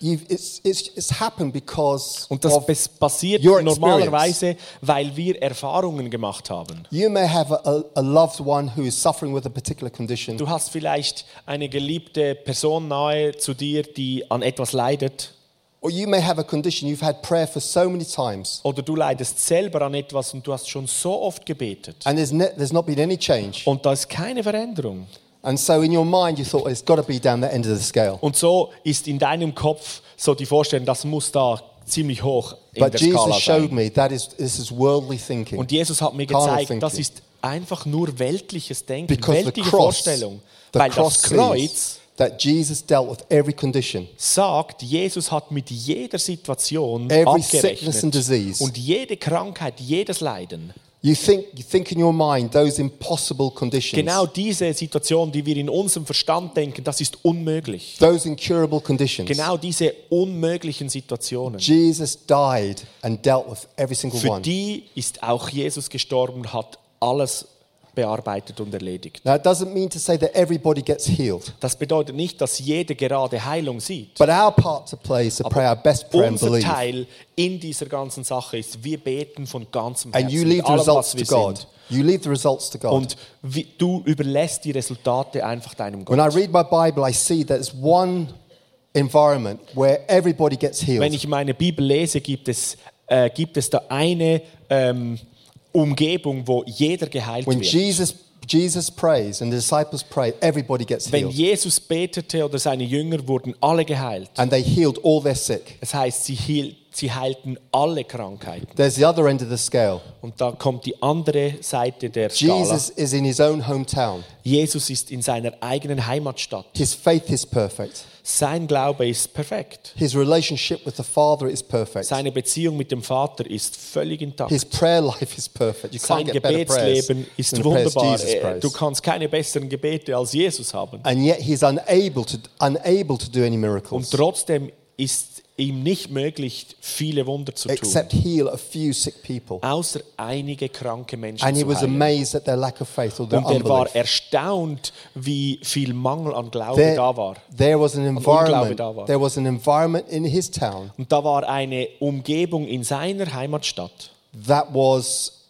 it's happened because Und das of passiert your normalerweise, weil wir Erfahrungen gemacht haben. you may have a loved one who is suffering with a particular condition. Du hast vielleicht eine geliebte Person nahe zu dir, die an etwas leidet. Or you may have a condition you've had prayer for so many times Oder du leidest selber an etwas und du hast schon so oft gebetet. and there's not been any change. Und da ist keine Veränderung. And so in your mind you thought it's got to be down the end of the scale. Und so ist in deinem Kopf so die Vorstellung, das muss da ziemlich hoch in But der Skala Jesus showed sein. me this is worldly thinking. Und Jesus hat mir Carnal gezeigt, das thinking. ist einfach nur weltliches Denken, Because the weltliche cross, Vorstellung. the Weil cross das Kreuz says that Jesus dealt with every condition. sagt, Jesus hat mit jeder Situation Every sickness and abgerechnet. disease. Und jede Krankheit, jedes Leiden. You think in your mind those impossible conditions, Genau diese Situation, die wir in unserem Verstand denken, das ist unmöglich. those incurable conditions. Genau diese unmöglichen Situationen. Jesus died and dealt with every single Für one. die ist auch Jesus gestorben und hat alles bearbeitet und erledigt. Now, it doesn't mean to say that everybody gets healed. Das bedeutet nicht, dass jeder gerade Heilung sieht. But our part to play is to pray our best prayer and Unser believe. Teil in dieser ganzen Sache ist, wir beten von ganzem And you Herzen, leave mit the allem, results was wir to God. sind. You leave the results to God. Und du überlässt die Resultate einfach deinem When I Gott. read my Bible, I see that it's one environment where everybody gets Wenn healed. ich meine Bibel lese, gibt es da eine Umgebung, wo jeder geheilt When wird. Jesus prays and the disciples pray, everybody gets Wenn healed. Jesus betete oder seine Jünger, wurden alle geheilt. And they healed all their sick. Das heißt, sie heilten alle Krankheiten. There's the other end of the scale. Und da kommt die andere Seite der Skala. Jesus is in his own hometown. Jesus ist in seiner eigenen Heimatstadt. His faith is perfect. Sein Glaube ist perfekt. His relationship with the Father is perfect. Seine Beziehung mit dem Vater ist völlig intakt. His prayer life is perfect. You Sein can't get better prayers Gebetsleben ist than the prayers wunderbar. Jesus prays. Du kannst keine besseren Gebete als Jesus haben. And yet he's unable to do any Und miracles trotzdem ist ihm nicht möglich, viele Wunder zu tun, except heal a few sick people. außer einige kranke Menschen And he zu was heilen. amazed at their lack of faith or their Und er war unbelief. erstaunt, wie viel Mangel an Glaube da war. There was an Unglaube da war. There was an environment in his town Und da war eine Umgebung in seiner Heimatstadt, that was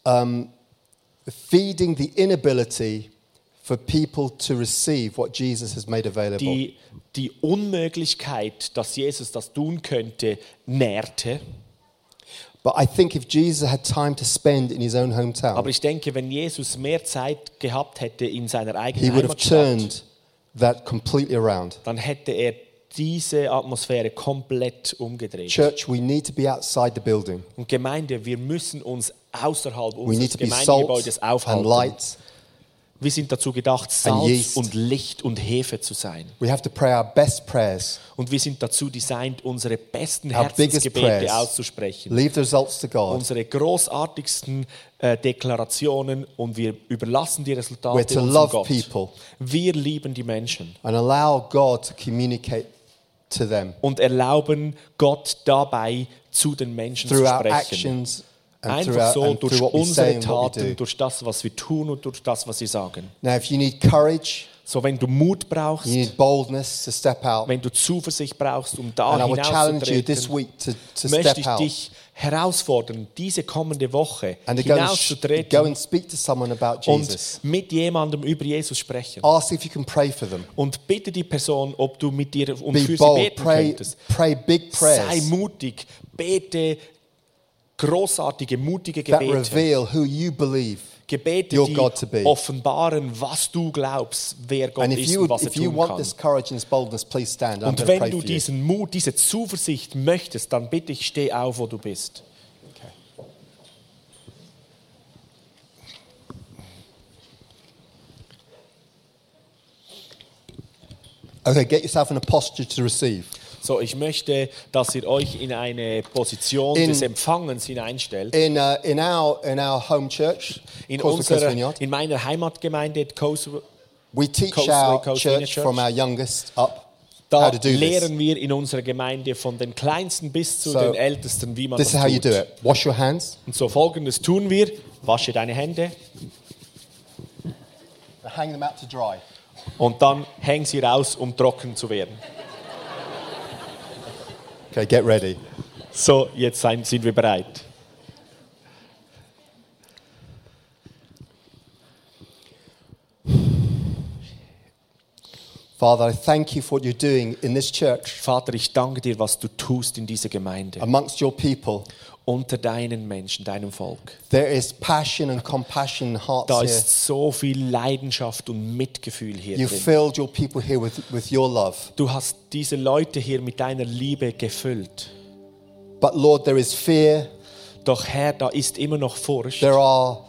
feeding the inability for people to receive what Jesus has made available. die Unmöglichkeit, dass Jesus das tun könnte, nährte. But I think if Jesus had time to spend in his own hometown, Aber ich denke, wenn Jesus mehr Zeit gehabt hätte in seiner he eigenen would have Heimatstadt, turned that completely around. dann hätte er diese Atmosphäre komplett umgedreht. Church, we need to be outside the building. Und Gemeinde, wir müssen uns außerhalb We need unseres to be Gemeindegebäudes salt and aufhalten. light. Wir sind dazu gedacht, And Salz yeast. und Licht und Hefe zu sein. We have to pray our best prayers. Und wir sind dazu designt, unsere besten Our biggest Herzensgebete prayers. auszusprechen. Leave the results to God. Unsere großartigsten Deklarationen und wir überlassen die We're Resultate to unserem love Gott. people Wir lieben die Menschen and allow God to communicate to them und erlauben Gott dabei zu den Menschen through zu our sprechen. actions and Einfach so through durch what we say unsere and what we Taten, do. durch das, was wir tun und durch das, was wir sagen. Now, if you need courage, So, wenn du Mut brauchst, you need boldness to step out. wenn du Zuversicht brauchst, um da And I would challenge you this hinauszutreten, week to möchte step ich out dich herausfordern, diese kommende Woche and to go hinauszutreten and speak to someone about und Jesus. mit jemandem über Jesus sprechen. Ask if you can pray for them. Und bitte die Person, ob du mit ihr und Be für sie bold. beten Pray könntest. big Sei prayers mutig, bete großartige, mutige that Gebete. reveal who you believe. Gebete, your die God to be. offenbaren, was du glaubst, wer Gott And if ist you, und was er if you tun want kann. this courage and this boldness, please stand. I'm Und going to wenn pray du for you. diesen Mut, diese Zuversicht möchtest, dann bitte ich, steh auf, wo du bist. Okay, get yourself in a posture to receive. So, ich möchte, dass ihr euch in eine Position des Empfangens hineinstellt. In our home church, Causeway Vineyard, In meiner Heimatgemeinde Causeway we teach Causeway our Coast Vineyard church from our youngest up. Da how to do this. lehren wir in unserer Gemeinde von den Kleinsten bis zu So, den Ältesten, wie man This das is how you do tut. it. Wash your hands. Und so Folgendes tun wir. Wasche deine Hände Hang them out to dry. und dann häng sie raus, um trocken zu werden. Okay, get ready. So, jetzt sind wir bereit. Father, I thank you for what you're doing in this church, Vater, ich danke dir, was du tust in dieser Gemeinde, amongst your people. unter deinen Menschen, deinem Volk. There is passion and compassion in hearts Da here. ist so viel Leidenschaft und Mitgefühl hier You drin. filled your people here with your love. Du hast diese Leute hier mit deiner Liebe gefüllt. But Lord, there is fear. Doch Herr, da ist immer noch Furcht. There are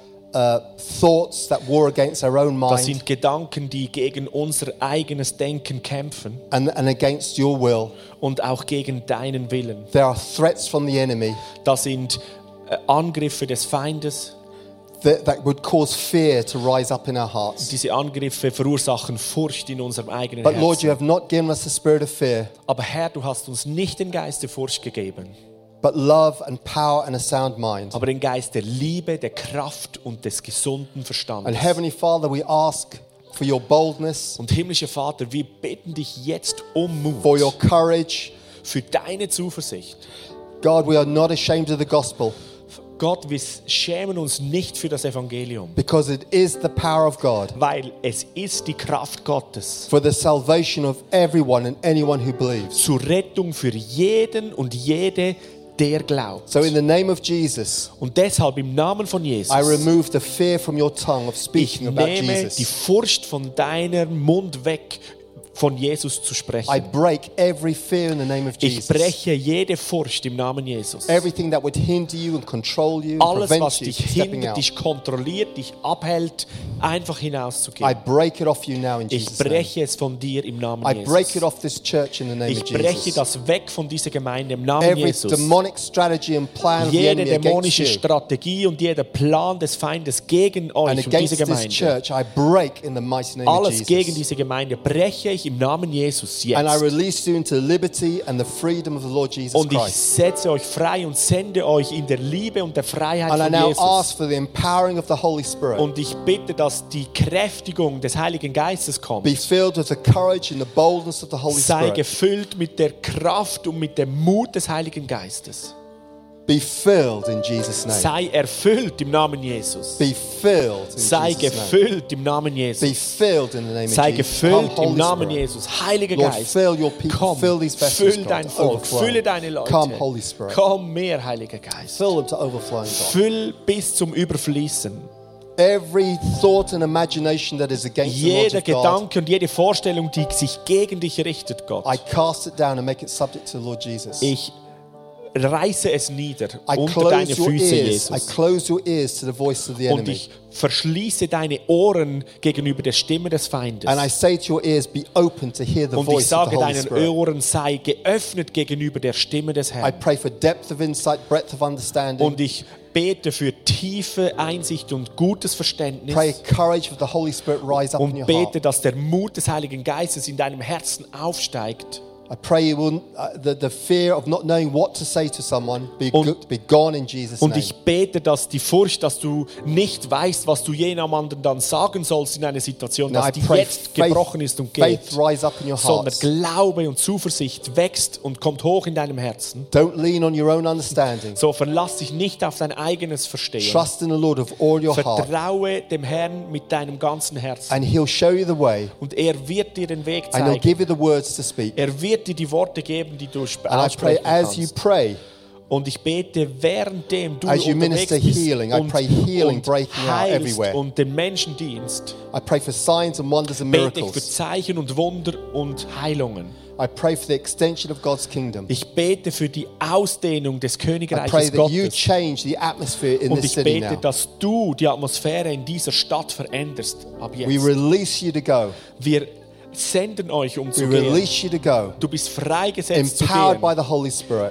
thoughts that war against our own Das mind sind Gedanken, die gegen unser eigenes Denken kämpfen and against your will. und auch gegen deinen Willen. There are threats from the enemy Das sind Angriffe des Feindes. that would cause fear to rise up in our hearts. Diese Angriffe verursachen Furcht in unserem eigenen But Lord, you Herzen. have not given us the spirit of fear, Aber Herr, du hast uns nicht den Geist der Furcht gegeben, but love and power and a sound mind. aber den Geist der Liebe, der Kraft und des gesunden Verstandes. And Heavenly Father, we ask for your boldness, Und himmlischer Vater, wir bitten dich jetzt um for your Mut, courage. für deine Zuversicht. God, we are not ashamed of the gospel Gott, wir schämen uns nicht für das Evangelium, because it is the power of God weil es ist die Kraft Gottes for the salvation of everyone and anyone who believes. zur Rettung für jeden und jede, der glaubt. So in the name of Jesus, Und deshalb im Namen von Jesus, I remove the fear from your tongue of ich speaking about nehme die Jesus. Furcht von deinem Mund weg, von Jesus zu I sprechen. break every fear in the name of Ich Jesus. breche jede Furcht im Namen Jesus. Everything that would hinder you and control you, and Alles, prevent was you dich from stepping hindert, out. dich kontrolliert, dich abhält, einfach I hinauszugehen. break it off you now in Ich Jesus' name. breche es von dir im Namen I break it Jesus. off this church in the name Ich of breche Jesus. das weg von dieser Gemeinde im Namen Every Jesus. demonic strategy and plan of the Jede enemy against dämonische you Strategie und jeder Plan des Feindes gegen and euch und diese against this Gemeinde. church, I break in the mighty name of Alles gegen Jesus. diese Gemeinde breche ich im Namen Jesus And I jetzt. release you into liberty and the freedom of the Lord Jesus Und ich Christ. setze euch frei und sende euch in der Liebe und der Freiheit And I von now Jesus. ask for the empowering of the Holy Spirit. Und ich bitte, dass die Kräftigung des Heiligen Geistes kommt. Be filled with the courage and the boldness of the Holy Sei Spirit. gefüllt mit der Kraft und mit dem Mut des Heiligen Geistes. Be filled in Jesus' name. Sei erfüllt im Namen Jesus. Be filled in Sei Jesus' name. gefüllt im Namen Be Jesus. filled in the name Sei of Jesus. gefüllt Come, im Holy Namen Spirit. Jesus. Heiliger Lord, Geist, fill your people, komm, fill these vessels, füll God, dein to Volk, overflow. fülle deine Leute. Come, Holy Spirit. Komm mehr, Heiliger Geist. Fill them to overflowing, God. Füll bis zum Überfließen. Every thought and imagination that is against the knowledge Jeder of God, Gedanke und jede Vorstellung, die sich gegen dich richtet, Gott. I cast it down and make it subject to the Lord Jesus. Ich reiße es nieder I unter deine close your Füße, ears. I Jesus. close your ears to the voice of the Und enemy. ich verschließe deine Ohren gegenüber der Stimme des Feindes. And I say to your ears, be open to hear the Und ich voice of sage the Holy deinen Spirit. Ohren, sei geöffnet gegenüber der Stimme des I Herrn. pray for depth of insight, breadth of understanding. Und ich bete für tiefe Einsicht und gutes Verständnis. Pray courage of the Holy Spirit rise up in Und your bete, heart. dass der Mut des Heiligen Geistes in deinem Herzen aufsteigt. I pray you will, the fear of not knowing what to say to someone be Und- gone in Jesus' Und name. ich bete, dass die Furcht, dass du nicht weißt, was du jenem anderen dann sagen sollst in einer Situation, Now dass I die pray jetzt gebrochen ist und geht, faith rise up in your sondern hearts. Glaube und Zuversicht wächst und kommt hoch in deinem Herzen. Don't lean on your own understanding. So verlass dich nicht auf dein eigenes Verstehen. Trust in the Lord of all your heart, Vertraue dem Herrn mit deinem ganzen Herzen. and He'll show you the way, Und er wird dir den Weg and He'll zeigen. give you the words to speak. Er wird dir die Worte geben, die du And I pray aussprechen as you kannst. pray, Und ich bete, währenddem du as you unterwegs minister bist healing, I pray healing und breaking out heilst everywhere. und den Menschen dienst, I pray for signs and wonders and bete ich für miracles. Zeichen und Wunder und Heilungen. I pray for the extension of God's kingdom. Ich bete für die Ausdehnung des I pray Königreiches that you Gottes. change the atmosphere in Und this ich city bete, now. dass du die Atmosphäre in dieser Stadt veränderst. Ab We jetzt. release you to go. Wir senden euch, um We zu gehen. release you to go. Du bist freigesetzt zu Empowered by gehen. the Holy Spirit.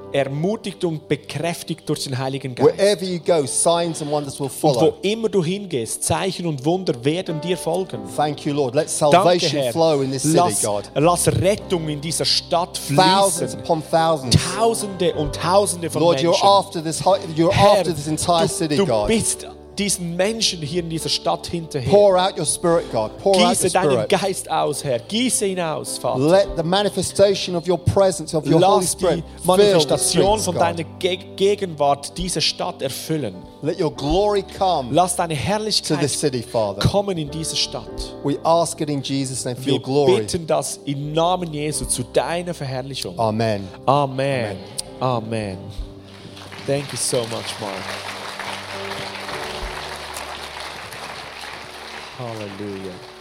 ermutigt und bekräftigt durch den Heiligen Geist. Wherever you go, signs and wonders will Und wo follow. immer du hingehst, Zeichen und Wunder werden dir folgen. Thank you, Lord. Let Danke, salvation Herr. flow in this city, God. Lass Rettung in dieser Stadt Thousands fließen. upon thousands. Tausende und Tausende von Lord, you're Menschen. after this. You're Herr, after this entire city, du God. bist diesen Menschen hier in dieser Stadt hinterher. Pour out your Spirit, God. Pour out your Gieße deinen Spirit. Geist aus, Herr. Gieße ihn aus, Vater. Let the manifestation of your presence, of your Holy Lass Spirit, die fill the Manifestation streets, von God. deiner Gegenwart diese Stadt erfüllen. Let your glory come Lass deine to the Herrlichkeit city, Father. kommen in diese Stadt. We ask it in Jesus' name for Wir your glory. bitten das im Namen Jesu zu deiner Verherrlichung. Amen. Amen. Amen. Thank you so much, Mark. Hallelujah.